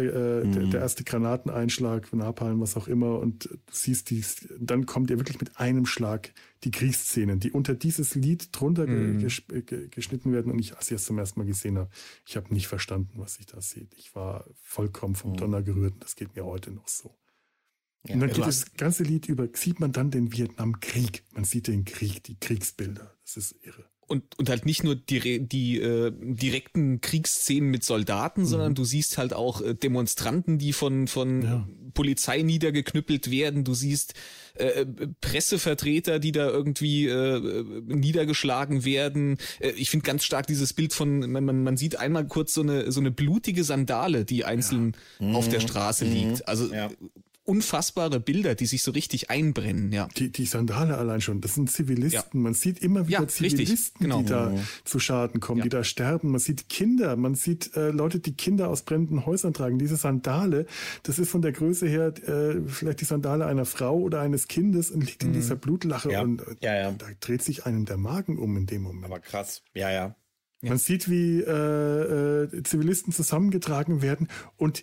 erste Granateneinschlag, Napalm, was auch immer, und du siehst dann kommt er wirklich mit einem Schlag die Kriegsszenen, die unter dieses Lied drunter geschnitten werden. Und als ich es zum ersten Mal gesehen habe, ich habe nicht verstanden, was ich da sehe. Ich war vollkommen vom Donner gerührt und das geht mir heute noch so. Ja, und dann geht das ganze Lied über, sieht man dann den Vietnamkrieg. Man sieht den Krieg, die Kriegsbilder. Das ist irre. Und halt nicht nur die direkten Kriegsszenen mit Soldaten, sondern du siehst halt auch Demonstranten, die von Polizei niedergeknüppelt werden. Du siehst Pressevertreter, die da irgendwie niedergeschlagen werden. Ich finde ganz stark dieses Bild von, man sieht einmal kurz so eine blutige Sandale, die einzeln auf der Straße liegt. Also unfassbare Bilder, die sich so richtig einbrennen, ja. Die Sandale allein schon, das sind Zivilisten. Ja. Man sieht immer wieder Zivilisten, die da zu Schaden kommen, die da sterben. Man sieht Kinder, man sieht Leute, die Kinder aus brennenden Häusern tragen. Diese Sandale, das ist von der Größe her vielleicht die Sandale einer Frau oder eines Kindes und liegt in dieser Blutlache und da dreht sich einem der Magen um in dem Moment. Aber krass, Man sieht, wie Zivilisten zusammengetragen werden und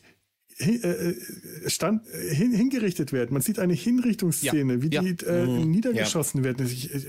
hingerichtet werden. Man sieht eine Hinrichtungsszene, wie die niedergeschossen werden.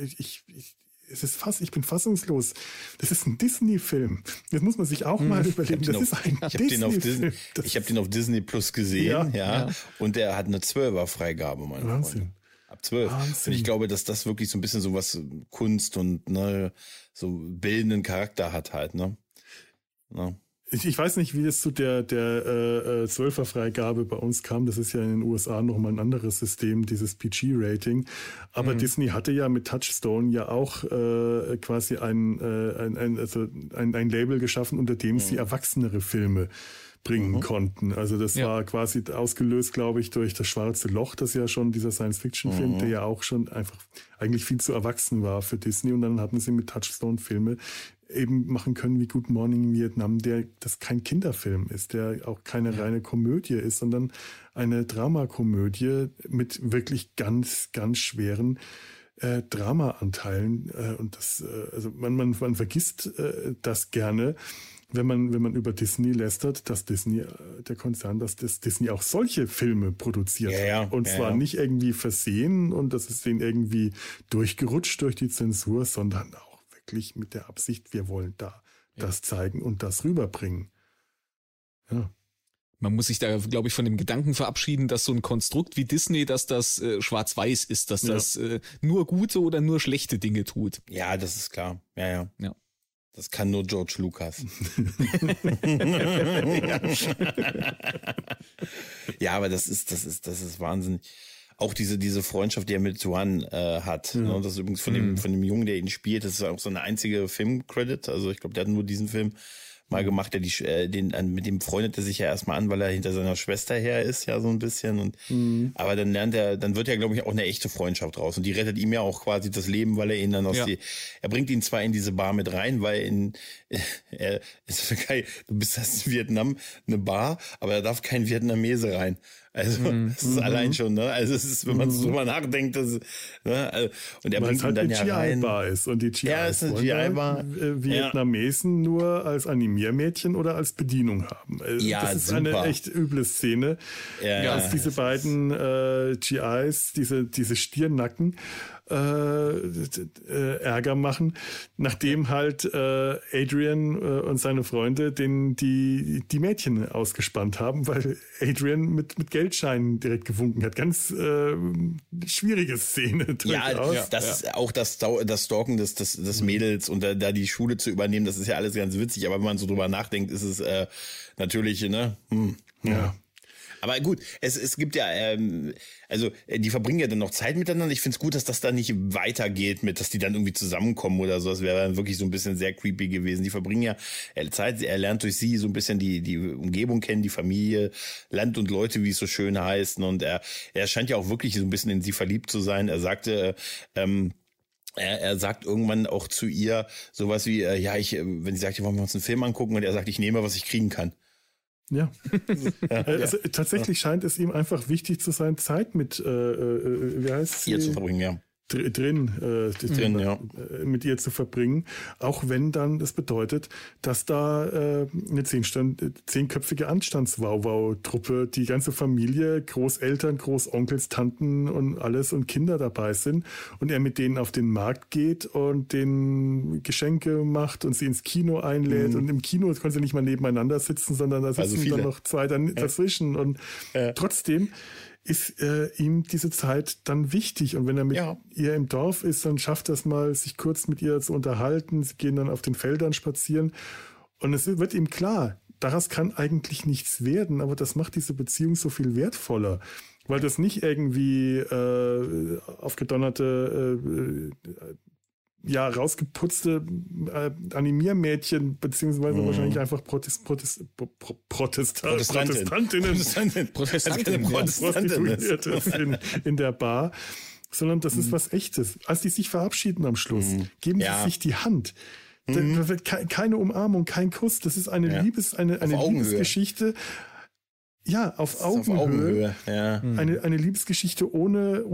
Ich bin fassungslos. Das ist ein Disney-Film. Das muss man sich auch mal überlegen. Das ist ein Disney-Film. Ich habe den auf Disney Plus gesehen, und der hat eine 12er-Freigabe, mein Freund. Ab 12. Wahnsinn. Und ich glaube, dass das wirklich so ein bisschen so was Kunst und so bildenden Charakter hat halt, ne? Ich weiß nicht, wie es zu der 12er-Freigabe bei uns kam. Das ist ja in den USA nochmal ein anderes System, dieses PG-Rating. Aber Disney hatte ja mit Touchstone ja auch quasi ein Label geschaffen, unter dem sie erwachsenere Filme bringen konnten. Also das war quasi ausgelöst, glaube ich, durch das Schwarze Loch, das ja schon dieser Science-Fiction-Film, der ja auch schon einfach eigentlich viel zu erwachsen war für Disney. Und dann hatten sie mit Touchstone Filme eben machen können wie Good Morning Vietnam, das kein Kinderfilm ist, der auch keine reine Komödie ist, sondern eine Dramakomödie mit wirklich ganz, ganz schweren Dramaanteilen. Und das, also man vergisst das gerne, wenn man über Disney lästert, dass Disney, der Konzern, dass Disney auch solche Filme produziert. Und zwar nicht irgendwie versehen und das ist denen irgendwie durchgerutscht durch die Zensur, sondern auch wirklich mit der Absicht, wir wollen das zeigen und das rüberbringen. Ja. Man muss sich da, glaube ich, von dem Gedanken verabschieden, dass so ein Konstrukt wie Disney, dass das schwarz-weiß ist, dass das nur gute oder nur schlechte Dinge tut. Ja, das ist klar. Ja. Das kann nur George Lucas. Ja, aber das ist Wahnsinn. Auch diese Freundschaft, die er mit Juan hat. Ne? Das ist übrigens von dem Jungen, der ihn spielt, das ist auch so eine einzige Filmcredit. Also ich glaube, der hat nur diesen Film mal gemacht, mit dem freundet er sich ja erstmal an, weil er hinter seiner Schwester her ist, ja, so ein bisschen. Und aber dann wird ja, glaube ich, auch eine echte Freundschaft raus. Und die rettet ihm ja auch quasi das Leben, weil er ihn dann er bringt ihn zwar in diese Bar mit rein, weil ist geil, hast in Vietnam eine Bar, aber da darf kein Vietnamese rein. Also, das ist allein schon, ne? Also, es ist, wenn man drüber nachdenkt, ne? Und er bringt ihn dann ja rein. Bar ist und die ist eine GI-Bar. Vietnamesen nur als Animiermädchen oder als Bedienung haben. Das ist eine echt üble Szene. Als diese beiden GIs, diese Stirnacken, Ärger machen, nachdem halt Adrian und seine Freunde die Mädchen ausgespannt haben, weil Adrian mit Geldscheinen direkt gewunken hat. Ganz schwierige Szene. Auch das Stalken des Mädels und da die Schule zu übernehmen, das ist ja alles ganz witzig, aber wenn man so drüber nachdenkt, ist es natürlich, ne? Ja. Aber gut, es gibt ja, die verbringen ja dann noch Zeit miteinander. Ich finde es gut, dass das da nicht weitergeht dass die dann irgendwie zusammenkommen oder so. Das wäre dann wirklich so ein bisschen sehr creepy gewesen. Die verbringen ja Zeit, er lernt durch sie so ein bisschen die Umgebung kennen, die Familie, Land und Leute, wie es so schön heißt. Und er scheint ja auch wirklich so ein bisschen in sie verliebt zu sein. Er sagte, er sagt irgendwann auch zu ihr sowas wie, wenn sie sagt, wollen wir uns einen Film angucken? Und er sagt, ich nehme, was ich kriegen kann. Ja. Also, tatsächlich scheint es ihm einfach wichtig zu sein, Zeit mit, wie heißt ihr zu verbringen, ja. Mit ihr zu verbringen, auch wenn dann das bedeutet, dass da eine 10-köpfige Anstands-Wauwau-Truppe, die ganze Familie, Großeltern, Großonkels, Tanten und alles und Kinder dabei sind und er mit denen auf den Markt geht und denen Geschenke macht und sie ins Kino einlädt und im Kino können sie nicht mal nebeneinander sitzen, sondern da sitzen dann noch zwei dazwischen und trotzdem ist ihm diese Zeit dann wichtig. Und wenn er mit ihr im Dorf ist, dann schafft er es mal, sich kurz mit ihr zu unterhalten. Sie gehen dann auf den Feldern spazieren. Und es wird ihm klar, daraus kann eigentlich nichts werden, aber das macht diese Beziehung so viel wertvoller. Weil das nicht irgendwie aufgedonnerte rausgeputzte Animiermädchen, beziehungsweise wahrscheinlich einfach Protestantinnen Prostituierte in der Bar, sondern das ist was Echtes. Als die sich verabschieden am Schluss, geben sie sich die Hand. Da wird keine Umarmung, kein Kuss. Das ist eine Liebesgeschichte. Ja, auf Augenhöhe. Ja. Eine Liebesgeschichte ohne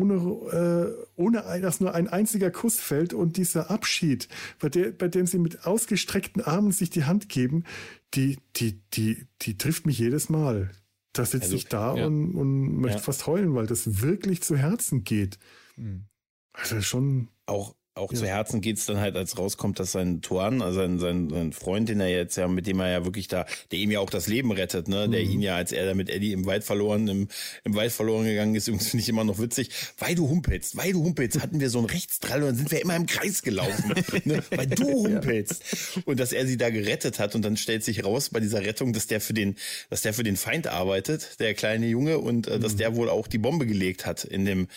dass nur ein einziger Kuss fällt und dieser Abschied, bei dem sie mit ausgestreckten Armen sich die Hand geben, die trifft mich jedes Mal. Da sitze ich da und möchte fast heulen, weil das wirklich zu Herzen geht. Also schon auch zu Herzen geht's dann halt, als rauskommt, dass sein Tuan, also sein Freund, den er jetzt mit dem er ja wirklich der ihm ja auch das Leben rettet, ne, der ihn ja, als er da mit Eddie im Wald verloren gegangen ist, übrigens finde ich immer noch witzig, weil du humpelst, hatten wir so einen Rechtsdrall und dann sind wir immer im Kreis gelaufen, ne, weil du humpelst. Und dass er sie da gerettet hat und dann stellt sich raus bei dieser Rettung, dass der für den Feind arbeitet, der kleine Junge, und dass der wohl auch die Bombe gelegt hat in dem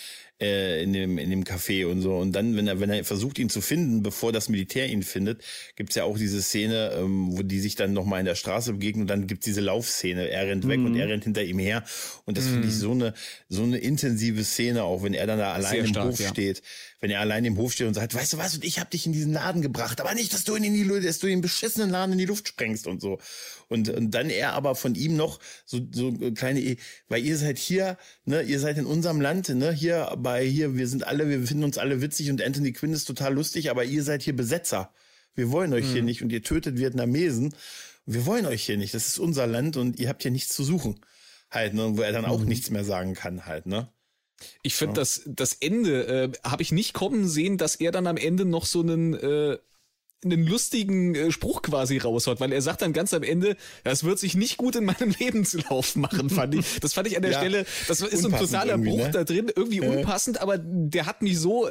Café und so. Und dann, wenn er versucht, ihn zu finden, bevor das Militär ihn findet, gibt's ja auch diese Szene, wo die sich dann nochmal in der Straße begegnen und dann gibt's diese Laufszene. Er rennt weg und er rennt hinter ihm her. Und das finde ich so eine intensive Szene, auch wenn er dann da allein im Hof steht. Wenn er allein im Hof steht und sagt, weißt du was, und ich habe dich in diesen Laden gebracht, aber nicht, dass du den beschissenen Laden in die Luft sprengst und so. Und dann er aber von ihm noch so kleine, weil ihr seid hier, ne, ihr seid in unserem Land, ne, wir finden uns alle witzig und Anthony Quinn ist total lustig, aber ihr seid hier Besetzer. Wir wollen euch hier nicht und ihr tötet Vietnamesen. Wir wollen euch hier nicht. Das ist unser Land und ihr habt hier nichts zu suchen. Halt, ne, wo er dann auch nichts mehr sagen kann, halt, ne. Ich finde, das Ende habe ich nicht kommen sehen, dass er dann am Ende noch so einen lustigen Spruch quasi raushaut, weil er sagt dann ganz am Ende, das wird sich nicht gut in meinem Lebenslauf machen, fand ich. Das fand ich an der Stelle, das ist so ein totaler Bruch da drin, irgendwie unpassend, aber der hat mich so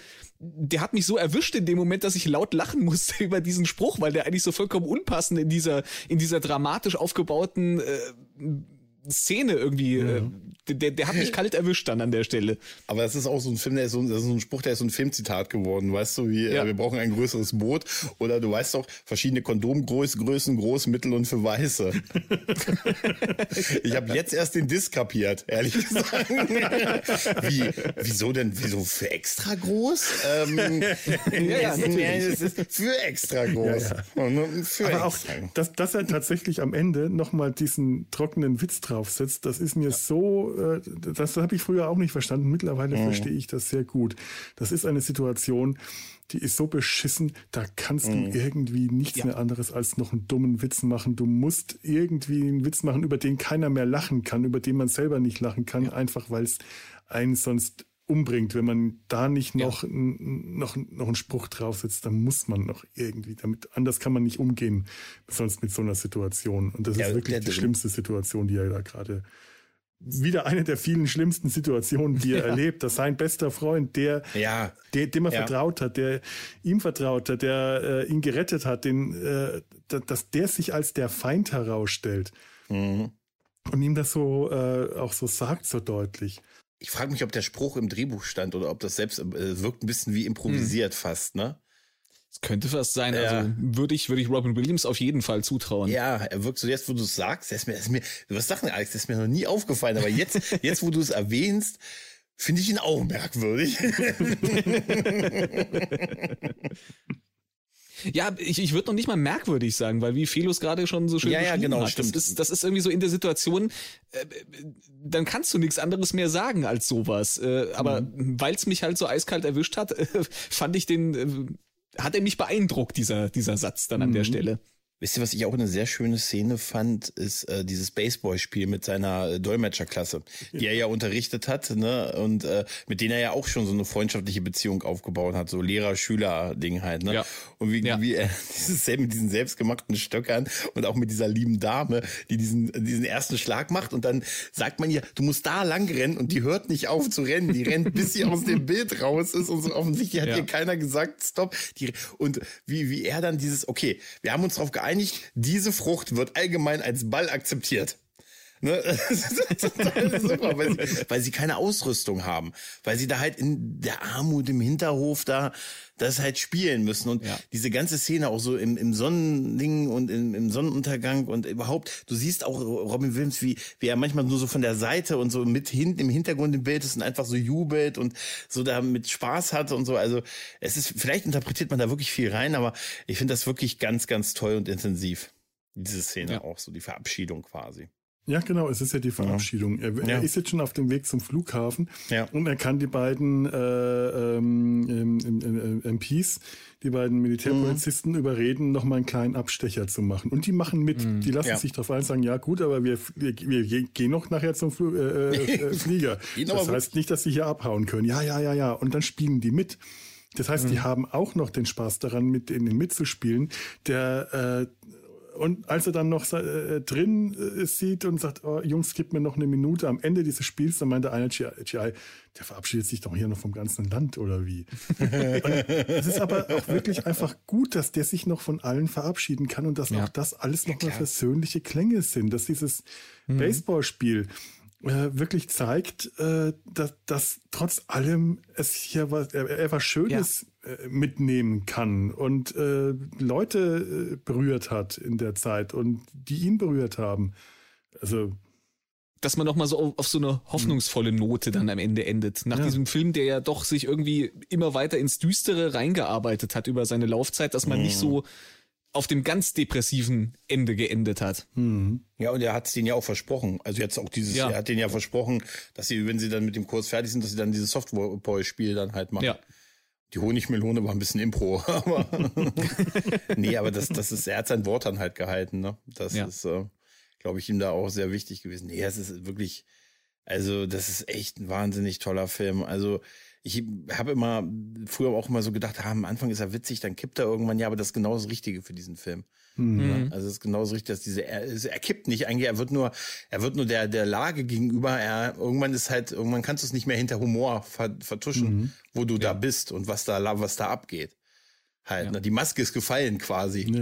erwischt in dem Moment, dass ich laut lachen musste über diesen Spruch, weil der eigentlich so vollkommen unpassend in dieser dramatisch aufgebauten Szene irgendwie, der hat mich kalt erwischt dann an der Stelle. Aber das ist auch so ein Film, das ist so ein Spruch, der ist so ein Filmzitat geworden, weißt du, wie wir brauchen ein größeres Boot oder du weißt doch, verschiedene Kondomgrößen, groß, mittel und für Weiße. Ich habe jetzt erst den Diss kapiert, ehrlich gesagt. Wieso denn? Wieso für extra groß? Es ist für extra groß. Für aber extra. Auch, dass er tatsächlich am Ende nochmal diesen trockenen Witz draufsetzt, das ist mir so, das habe ich früher auch nicht verstanden. Mittlerweile verstehe ich das sehr gut. Das ist eine Situation, die ist so beschissen, da kannst du irgendwie nichts mehr anderes als noch einen dummen Witz machen. Du musst irgendwie einen Witz machen, über den keiner mehr lachen kann, über den man selber nicht lachen kann, einfach weil es einen sonst umbringt. Wenn man da nicht noch einen Spruch draufsetzt, dann muss man noch irgendwie damit, anders kann man nicht umgehen, sonst mit so einer Situation. Und das ist wirklich die schlimmste Situation, die er da gerade, wieder eine der vielen schlimmsten Situationen, die er erlebt, dass sein bester Freund, dem er vertraut hat, der ihm vertraut hat, der ihn gerettet hat, dass der sich als der Feind herausstellt und ihm das so auch so sagt, so deutlich. Ich frage mich, ob der Spruch im Drehbuch stand oder ob das selbst wirkt ein bisschen wie improvisiert fast, ne? Das könnte fast sein. Also würde ich Robin Williams auf jeden Fall zutrauen. Ja, er wirkt so, jetzt wo du es sagst, was sagst du, Alex, das ist mir noch nie aufgefallen, aber jetzt wo du es erwähnst, finde ich ihn auch merkwürdig. Ja, ich würde noch nicht mal merkwürdig sagen, weil wie Felus gerade schon so schön beschrieben hat. Stimmt. Das ist irgendwie so in der Situation, dann kannst du nichts anderes mehr sagen als sowas. Aber weil es mich halt so eiskalt erwischt hat, fand ich hat er mich beeindruckt, dieser Satz dann an der Stelle. Wisst ihr, was ich auch eine sehr schöne Szene fand, ist dieses Baseballspiel mit seiner Dolmetscherklasse, die er ja unterrichtet hat, ne? Und mit denen er ja auch schon so eine freundschaftliche Beziehung aufgebaut hat, so Lehrer-Schüler-Ding halt, ne? Ja. Und wie er mit diesen selbstgemachten Stöckern und auch mit dieser lieben Dame, die diesen ersten Schlag macht und dann sagt man ihr, du musst da lang rennen und die hört nicht auf zu rennen, die rennt, bis sie aus dem Bild raus ist und so offensichtlich hat ihr keiner gesagt, stopp. Und wie er dann okay, wir haben uns darauf geeinigt, diese Frucht wird allgemein als Ball akzeptiert. Ne? Das ist total super, weil sie keine Ausrüstung haben, weil sie da halt in der Armut im Hinterhof das halt spielen müssen und diese ganze Szene auch so im Sonnending und im Sonnenuntergang und überhaupt, du siehst auch Robin Williams, wie er manchmal nur so von der Seite und so mit hinten im Hintergrund im Bild ist und einfach so jubelt und so da mit Spaß hat und so, also vielleicht interpretiert man da wirklich viel rein, aber ich finde das wirklich ganz, ganz toll und intensiv, diese Szene auch, so die Verabschiedung quasi. Ja, genau, es ist ja die Verabschiedung. Er ist jetzt schon auf dem Weg zum Flughafen und er kann die beiden MPs, die beiden Militärpolizisten überreden, nochmal einen kleinen Abstecher zu machen. Und die machen mit. Die lassen sich drauf ein, sagen, ja gut, aber wir gehen noch nachher zum Flieger. Das heißt nicht, dass sie hier abhauen können. Ja. Und dann spielen die mit. Das heißt, die haben auch noch den Spaß daran, mit denen mitzuspielen. Und als er dann noch drin sieht und sagt, oh, Jungs, gib mir noch eine Minute am Ende dieses Spiels, dann meint der eine GI, der verabschiedet sich doch hier noch vom ganzen Land oder wie. Es ist aber auch wirklich einfach gut, dass der sich noch von allen verabschieden kann und dass auch das alles nochmal persönliche Klänge sind, dass dieses Baseballspiel wirklich zeigt, dass trotz allem es hier was Schönes mitnehmen kann und Leute berührt hat in der Zeit und die ihn berührt haben. Also dass man noch mal so auf so eine hoffnungsvolle Note dann am Ende endet. Nach diesem Film, der ja doch sich irgendwie immer weiter ins Düstere reingearbeitet hat über seine Laufzeit, dass man nicht so auf dem ganz depressiven Ende geendet hat. Ja, und er hat es denen ja auch versprochen. Also jetzt auch er hat denen ja versprochen, dass sie, wenn sie dann mit dem Kurs fertig sind, dass sie dann dieses Softball-Spiel dann halt machen. Ja. Die Honigmelone war ein bisschen Impro, aber nee, aber er hat sein Wort dann halt gehalten, ne? Das ist, glaube ich, ihm da auch sehr wichtig gewesen. Nee, es ist wirklich, also das ist echt ein wahnsinnig toller Film. Also ich habe früher auch immer so gedacht, am Anfang ist er witzig, dann kippt er irgendwann, aber das ist genau das Richtige für diesen Film. Ja, also es ist genau das Richtige, dass er kippt nicht eigentlich, er wird nur der Lage gegenüber, irgendwann kannst du es nicht mehr hinter Humor vertuschen, wo du da bist und was da abgeht. Halt, ne? Die Maske ist gefallen quasi. Ja.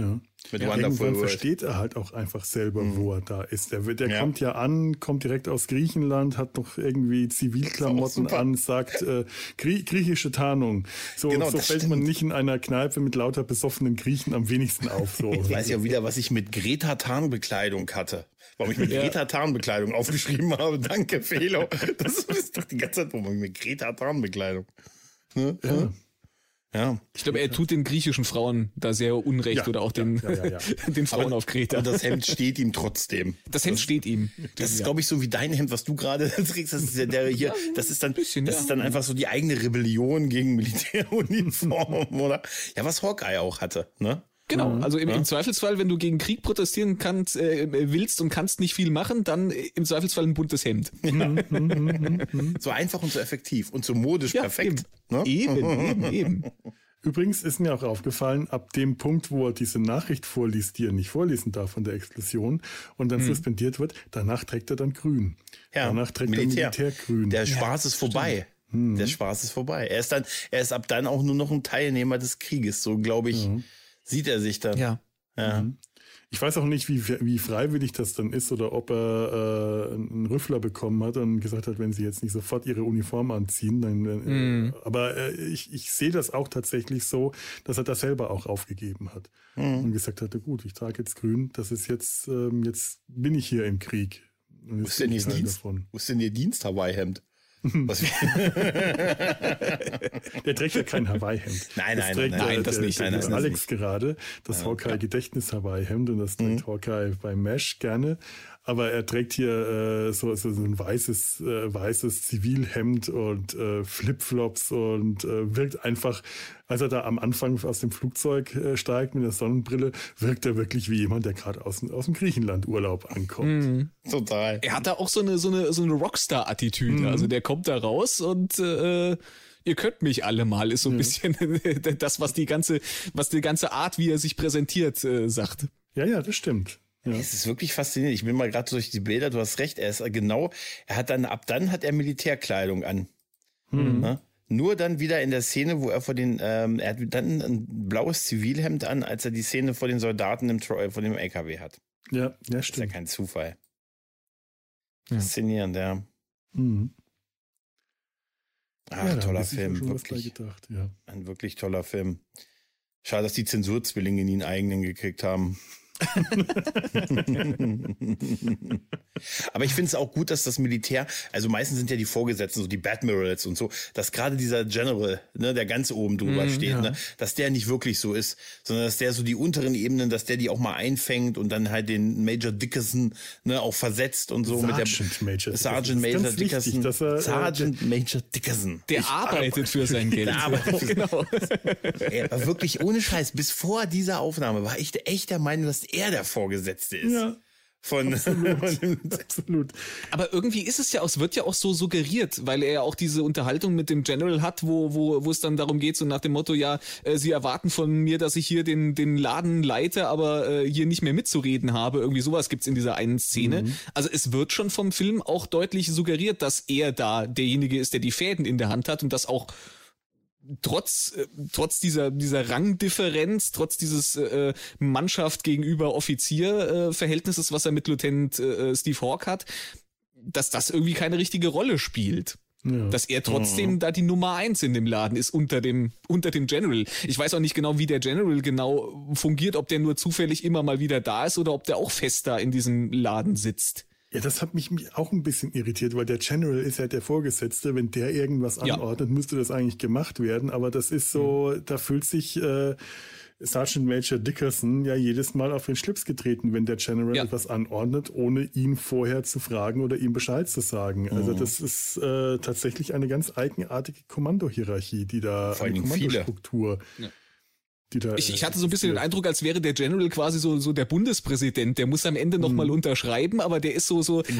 Irgendwann versteht er halt auch einfach selber, wo er da ist. Der kommt ja an, kommt direkt aus Griechenland, hat noch irgendwie Zivilklamotten an, sagt griechische Tarnung. So fällt man nicht in einer Kneipe mit lauter besoffenen Griechen am wenigsten auf. So. Ich weiß ja wieder, was ich mit Greta Tarnbekleidung hatte. Warum ich mit Greta Tarnbekleidung aufgeschrieben habe. Danke, Felo. Das ist doch die ganze Zeit, warum ich mit Greta Tarnbekleidung. Ne? Ja. Ich glaube, er tut den griechischen Frauen da sehr Unrecht oder auch den Frauen auf Kreta. Und das Hemd steht ihm trotzdem. Das Hemd steht ihm. Das ist, glaube ich, so wie dein Hemd, was du gerade trägst. Das ist ja der hier. Das ist dann, ist dann einfach so die eigene Rebellion gegen Militäruniform, oder? Ja, was Hawkeye auch hatte, ne? Genau, also im Zweifelsfall, wenn du gegen Krieg protestieren willst und kannst nicht viel machen, dann im Zweifelsfall ein buntes Hemd. So einfach und so effektiv und so modisch perfekt. Eben. Übrigens ist mir auch aufgefallen, ab dem Punkt, wo er diese Nachricht vorliest, die er nicht vorlesen darf von der Explosion und dann suspendiert wird, danach trägt er dann grün. Ja, danach trägt er Militärgrün. Der Spaß ist vorbei. Der Spaß ist vorbei. Er ist ab dann auch nur noch ein Teilnehmer des Krieges, so glaube ich. Sieht er sich dann. Ja. Ich weiß auch nicht, wie freiwillig das dann ist oder ob er einen Rüffler bekommen hat und gesagt hat, wenn sie jetzt nicht sofort ihre Uniform anziehen, dann. Aber ich sehe das auch tatsächlich so, dass er das selber auch aufgegeben hat und gesagt hatte, gut, ich trage jetzt grün, das ist jetzt bin ich hier im Krieg. Wo ist denn Ihr Dienst, Hawaii-Hemd? Der trägt ja kein Hawaii-Hemd. Nein, das nicht. Das Alex gerade, das Hawkeye-Gedächtnis-Hawaii-Hemd und das trägt Hawkeye bei MASH gerne. Aber er trägt hier so ein weißes Zivilhemd und Flipflops und wirkt einfach, als er da am Anfang aus dem Flugzeug steigt mit der Sonnenbrille, wirkt er wirklich wie jemand, der gerade aus dem Griechenland-Urlaub ankommt. Total. Er hat da auch so eine Rockstar-Attitüde. Also der kommt da raus und ihr könnt mich alle mal, ist so ein bisschen das, was die ganze Art, wie er sich präsentiert, sagt. Ja, das stimmt. Ja. Es ist wirklich faszinierend. Ich bin mal gerade durch die Bilder, du hast recht, ab dann hat er Militärkleidung an. Na? Nur dann wieder in der Szene, wo er er hat dann ein blaues Zivilhemd an, als er die Szene vor den Soldaten vor dem LKW hat. Ja, stimmt. Das ist ja kein Zufall. Faszinierend, ja. Ach, toller Film, wirklich. Ein wirklich toller Film. Schade, dass die Zensurzwillinge nie einen eigenen gekriegt haben. Aber ich finde es auch gut, dass das Militär, also meistens sind ja die Vorgesetzten, so die Badmirals und so, dass gerade dieser General, ne, der ganz oben drüber steht, ne, dass der nicht wirklich so ist, sondern dass der so die unteren Ebenen, dass der die auch mal einfängt und dann halt den Major Dickerson, ne, auch versetzt und so Sergeant Major Dickerson. Sergeant Major Dickerson. Der arbeitet für sein Geld. Der arbeitet genau. Er war wirklich ohne Scheiß, bis vor dieser Aufnahme war ich echt der Meinung, dass er der Vorgesetzte ist. Ja. Absolut. Aber irgendwie ist es ja auch, es wird ja auch so suggeriert, weil er ja auch diese Unterhaltung mit dem General hat, wo es dann darum geht, so nach dem Motto, sie erwarten von mir, dass ich hier den Laden leite, aber hier nicht mehr mitzureden habe. Irgendwie sowas gibt's in dieser einen Szene. Also es wird schon vom Film auch deutlich suggeriert, dass er da derjenige ist, der die Fäden in der Hand hat und das auch trotz dieser Rangdifferenz, trotz dieses Mannschaft gegenüber Offizier Verhältnisses, was er mit Lieutenant Steve Hawke hat, dass das irgendwie keine richtige Rolle spielt. Ja. Dass er trotzdem da die Nummer 1 in dem Laden ist unter dem General. Ich weiß auch nicht genau, wie der General genau fungiert, ob der nur zufällig immer mal wieder da ist oder ob der auch fest da in diesem Laden sitzt. Ja, das hat mich auch ein bisschen irritiert, weil der General ist ja der Vorgesetzte. Wenn der irgendwas anordnet, müsste das eigentlich gemacht werden. Aber das ist so, da fühlt sich Sergeant Major Dickerson ja jedes Mal auf den Schlips getreten, wenn der General etwas anordnet, ohne ihn vorher zu fragen oder ihm Bescheid zu sagen. Also das ist tatsächlich eine ganz eigenartige Kommandohierarchie, die da, eine Kommandostruktur. Ja. Ich hatte so ein bisschen den Eindruck, als wäre der General quasi so der Bundespräsident. Der muss am Ende nochmal unterschreiben, aber der ist so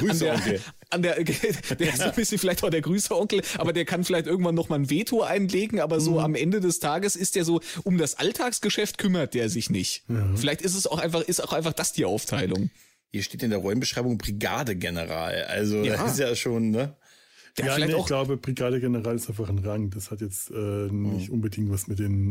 der ist ein bisschen vielleicht auch der Grüßeonkel, aber der kann vielleicht irgendwann nochmal ein Veto einlegen, aber so am Ende des Tages ist der so, um das Alltagsgeschäft kümmert der sich nicht. Ja. Vielleicht ist auch einfach das die Aufteilung. Hier steht in der Rollenbeschreibung Brigadegeneral. Also das ist ja schon, ne? Ja, ich glaube, Brigadegeneral ist einfach ein Rang. Das hat jetzt nicht unbedingt was mit den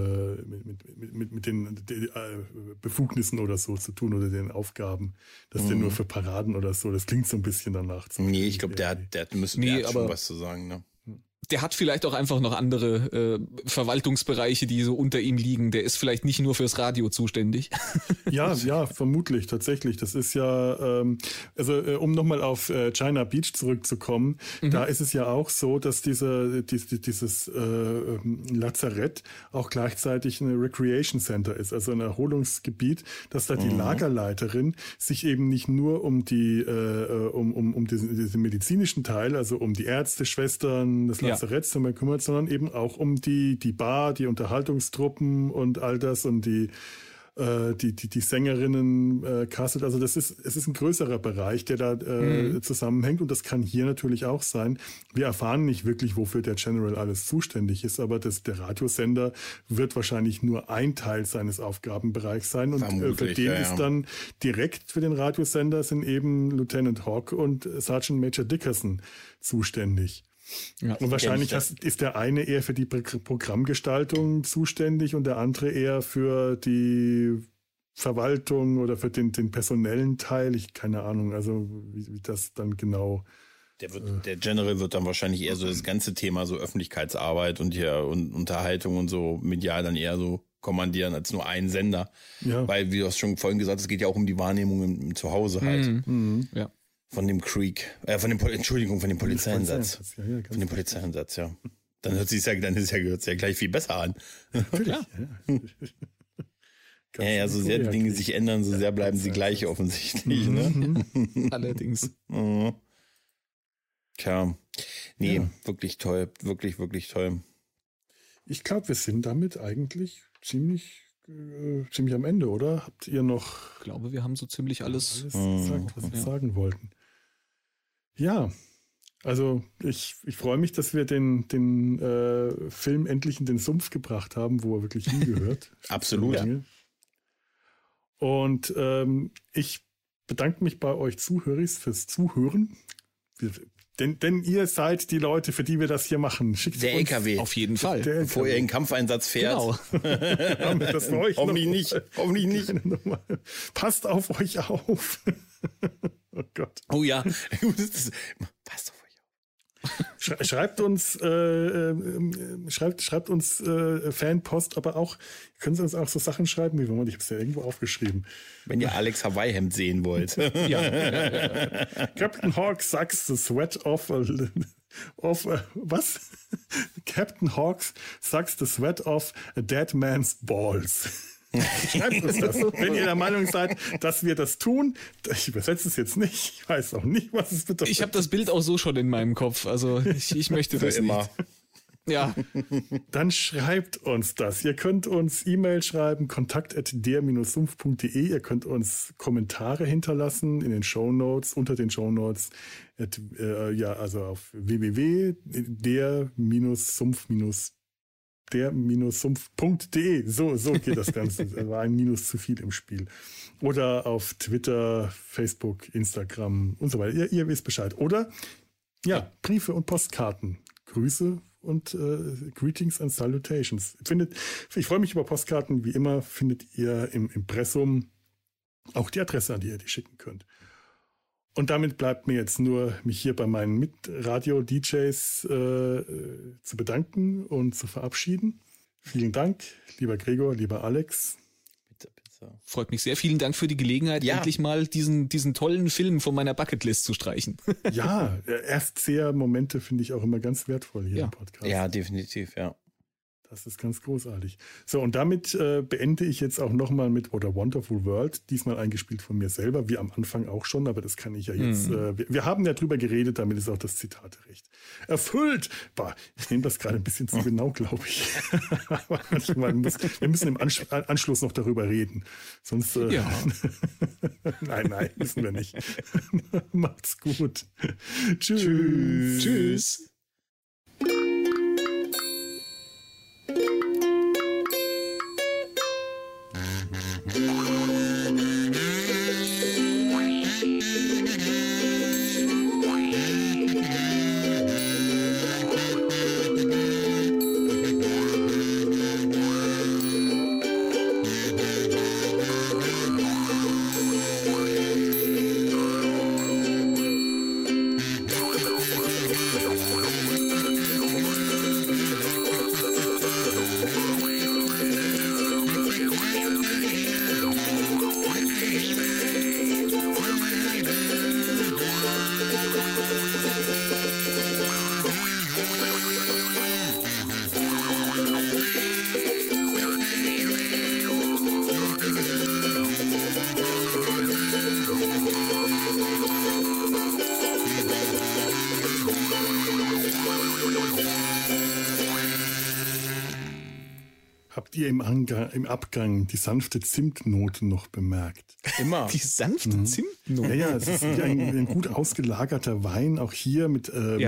Befugnissen oder so zu tun oder den Aufgaben. Das ist ja nur für Paraden oder so. Das klingt so ein bisschen danach. Nee, ich glaube, der hat schon was zu sagen, ne? Der hat vielleicht auch einfach noch andere Verwaltungsbereiche, die so unter ihm liegen. Der ist vielleicht nicht nur fürs Radio zuständig. Ja, vermutlich, tatsächlich. Das ist ja, um nochmal auf China Beach zurückzukommen, da ist es ja auch so, dass dieses Lazarett auch gleichzeitig ein Recreation Center ist, also ein Erholungsgebiet, dass da die Lagerleiterin sich eben nicht nur um diesen medizinischen Teil, also um die Ärzte, Schwestern, das Lazarettzimmer kümmert, sondern eben auch um die Bar, die Unterhaltungstruppen und all das und die Sängerinnen castet. Also es ist ein größerer Bereich, der da zusammenhängt, und das kann hier natürlich auch sein. Wir erfahren nicht wirklich, wofür der General alles zuständig ist, aber der Radiosender wird wahrscheinlich nur ein Teil seines Aufgabenbereichs sein, und für den ist dann direkt für den Radiosender sind eben Lieutenant Hawk und Sergeant Major Dickerson zuständig. Ja, und wahrscheinlich ist der eine eher für die Programmgestaltung zuständig und der andere eher für die Verwaltung oder für den personellen Teil. Keine Ahnung, also wie das dann genau... Der General wird dann wahrscheinlich eher so das ganze Thema so Öffentlichkeitsarbeit und Unterhaltung und so medial dann eher so kommandieren als nur ein Sender. Ja. Weil, wie du hast schon vorhin gesagt, es geht ja auch um die Wahrnehmung im Zuhause halt. Ja. Von dem von dem Polizeieinsatz. Von dem Polizeieinsatz, ja. Dann hört es ja gleich viel besser an. Ja. Ja, so sehr die Dinge sich ändern, so sehr bleiben sie gleich offensichtlich, ne? Allerdings. Tja. Nee, wirklich toll. Wirklich, wirklich toll. Ich glaube, wir sind damit eigentlich ziemlich am Ende, oder? Habt ihr noch... Ich glaube, wir haben so ziemlich alles gesagt, was wir sagen wollten. Ja, also ich freue mich, dass wir den Film endlich in den Sumpf gebracht haben, wo er wirklich hingehört. Absolut. Und ich bedanke mich bei euch Zuhörern fürs Zuhören. Denn ihr seid die Leute, für die wir das hier machen. Schickt der LKW. Auf jeden Fall. Bevor ihr in Kampfeinsatz fährt. Genau. Das für euch Hoffentlich nicht. Passt auf euch auf. Oh Gott. Oh ja. Passt auf euch auf. Schreibt uns Fanpost, aber auch, können Sie uns auch so Sachen schreiben, wie ich habe es ja irgendwo aufgeschrieben. Wenn ihr Alex Hawaii-Hemd sehen wollt. Ja. Captain Hawk sucks the sweat off was? Captain Hawk sucks the sweat off a dead man's balls. Schreibt uns das, wenn ihr der Meinung seid, dass wir das tun. Ich übersetze es jetzt nicht. Ich weiß auch nicht, was es bedeutet. Ich habe das Bild auch so schon in meinem Kopf. Also ich möchte das immer. Nicht. Ja. Dann schreibt uns das. Ihr könnt uns E-Mail schreiben, kontakt@der-sumpf.de. Ihr könnt uns Kommentare hinterlassen in den Shownotes, unter den Shownotes. Also auf www.der-sumpf.de. So geht das Ganze. Da war ein Minus zu viel im Spiel. Oder auf Twitter, Facebook, Instagram und so weiter. Ihr wisst Bescheid. Oder Briefe und Postkarten. Grüße und Greetings and Salutations. Ich freue mich über Postkarten. Wie immer findet ihr im Impressum auch die Adresse, an die ihr die schicken könnt. Und damit bleibt mir jetzt nur, mich hier bei meinen Mitradio-DJs zu bedanken und zu verabschieden. Vielen Dank, lieber Gregor, lieber Alex. Bitte. Freut mich sehr. Vielen Dank für die Gelegenheit, endlich mal diesen tollen Film von meiner Bucketlist zu streichen. Ja, Erstseher-Momente finde ich auch immer ganz wertvoll hier im Podcast. Ja, definitiv, ja. Das ist ganz großartig. So, und damit beende ich jetzt auch nochmal mit What a Wonderful World. Diesmal eingespielt von mir selber, wie am Anfang auch schon, aber das kann ich ja jetzt. Wir haben ja drüber geredet, damit ist auch das Zitat recht erfüllt. Ich nehme das gerade ein bisschen zu genau, glaube ich. Aber wir müssen im Anschluss noch darüber reden. Sonst. Nein, müssen wir nicht. Macht's gut. Tschüss. Habt ihr im Abgang die sanfte Zimtnote noch bemerkt? Immer. Die sanfte Zimtnote? Ja, es ist ein gut ausgelagerter Wein, auch hier mit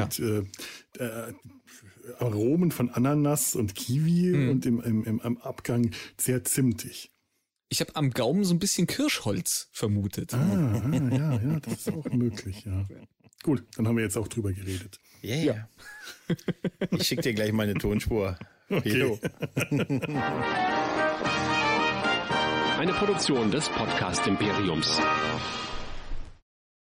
Aromen von Ananas und Kiwi und im Abgang sehr zimtig. Ich habe am Gaumen so ein bisschen Kirschholz vermutet. Ja, das ist auch möglich, ja. Gut, dann haben wir jetzt auch drüber geredet. Yeah. Ich schicke dir gleich meine Tonspur. Okay. Eine Produktion des Podcast Imperiums.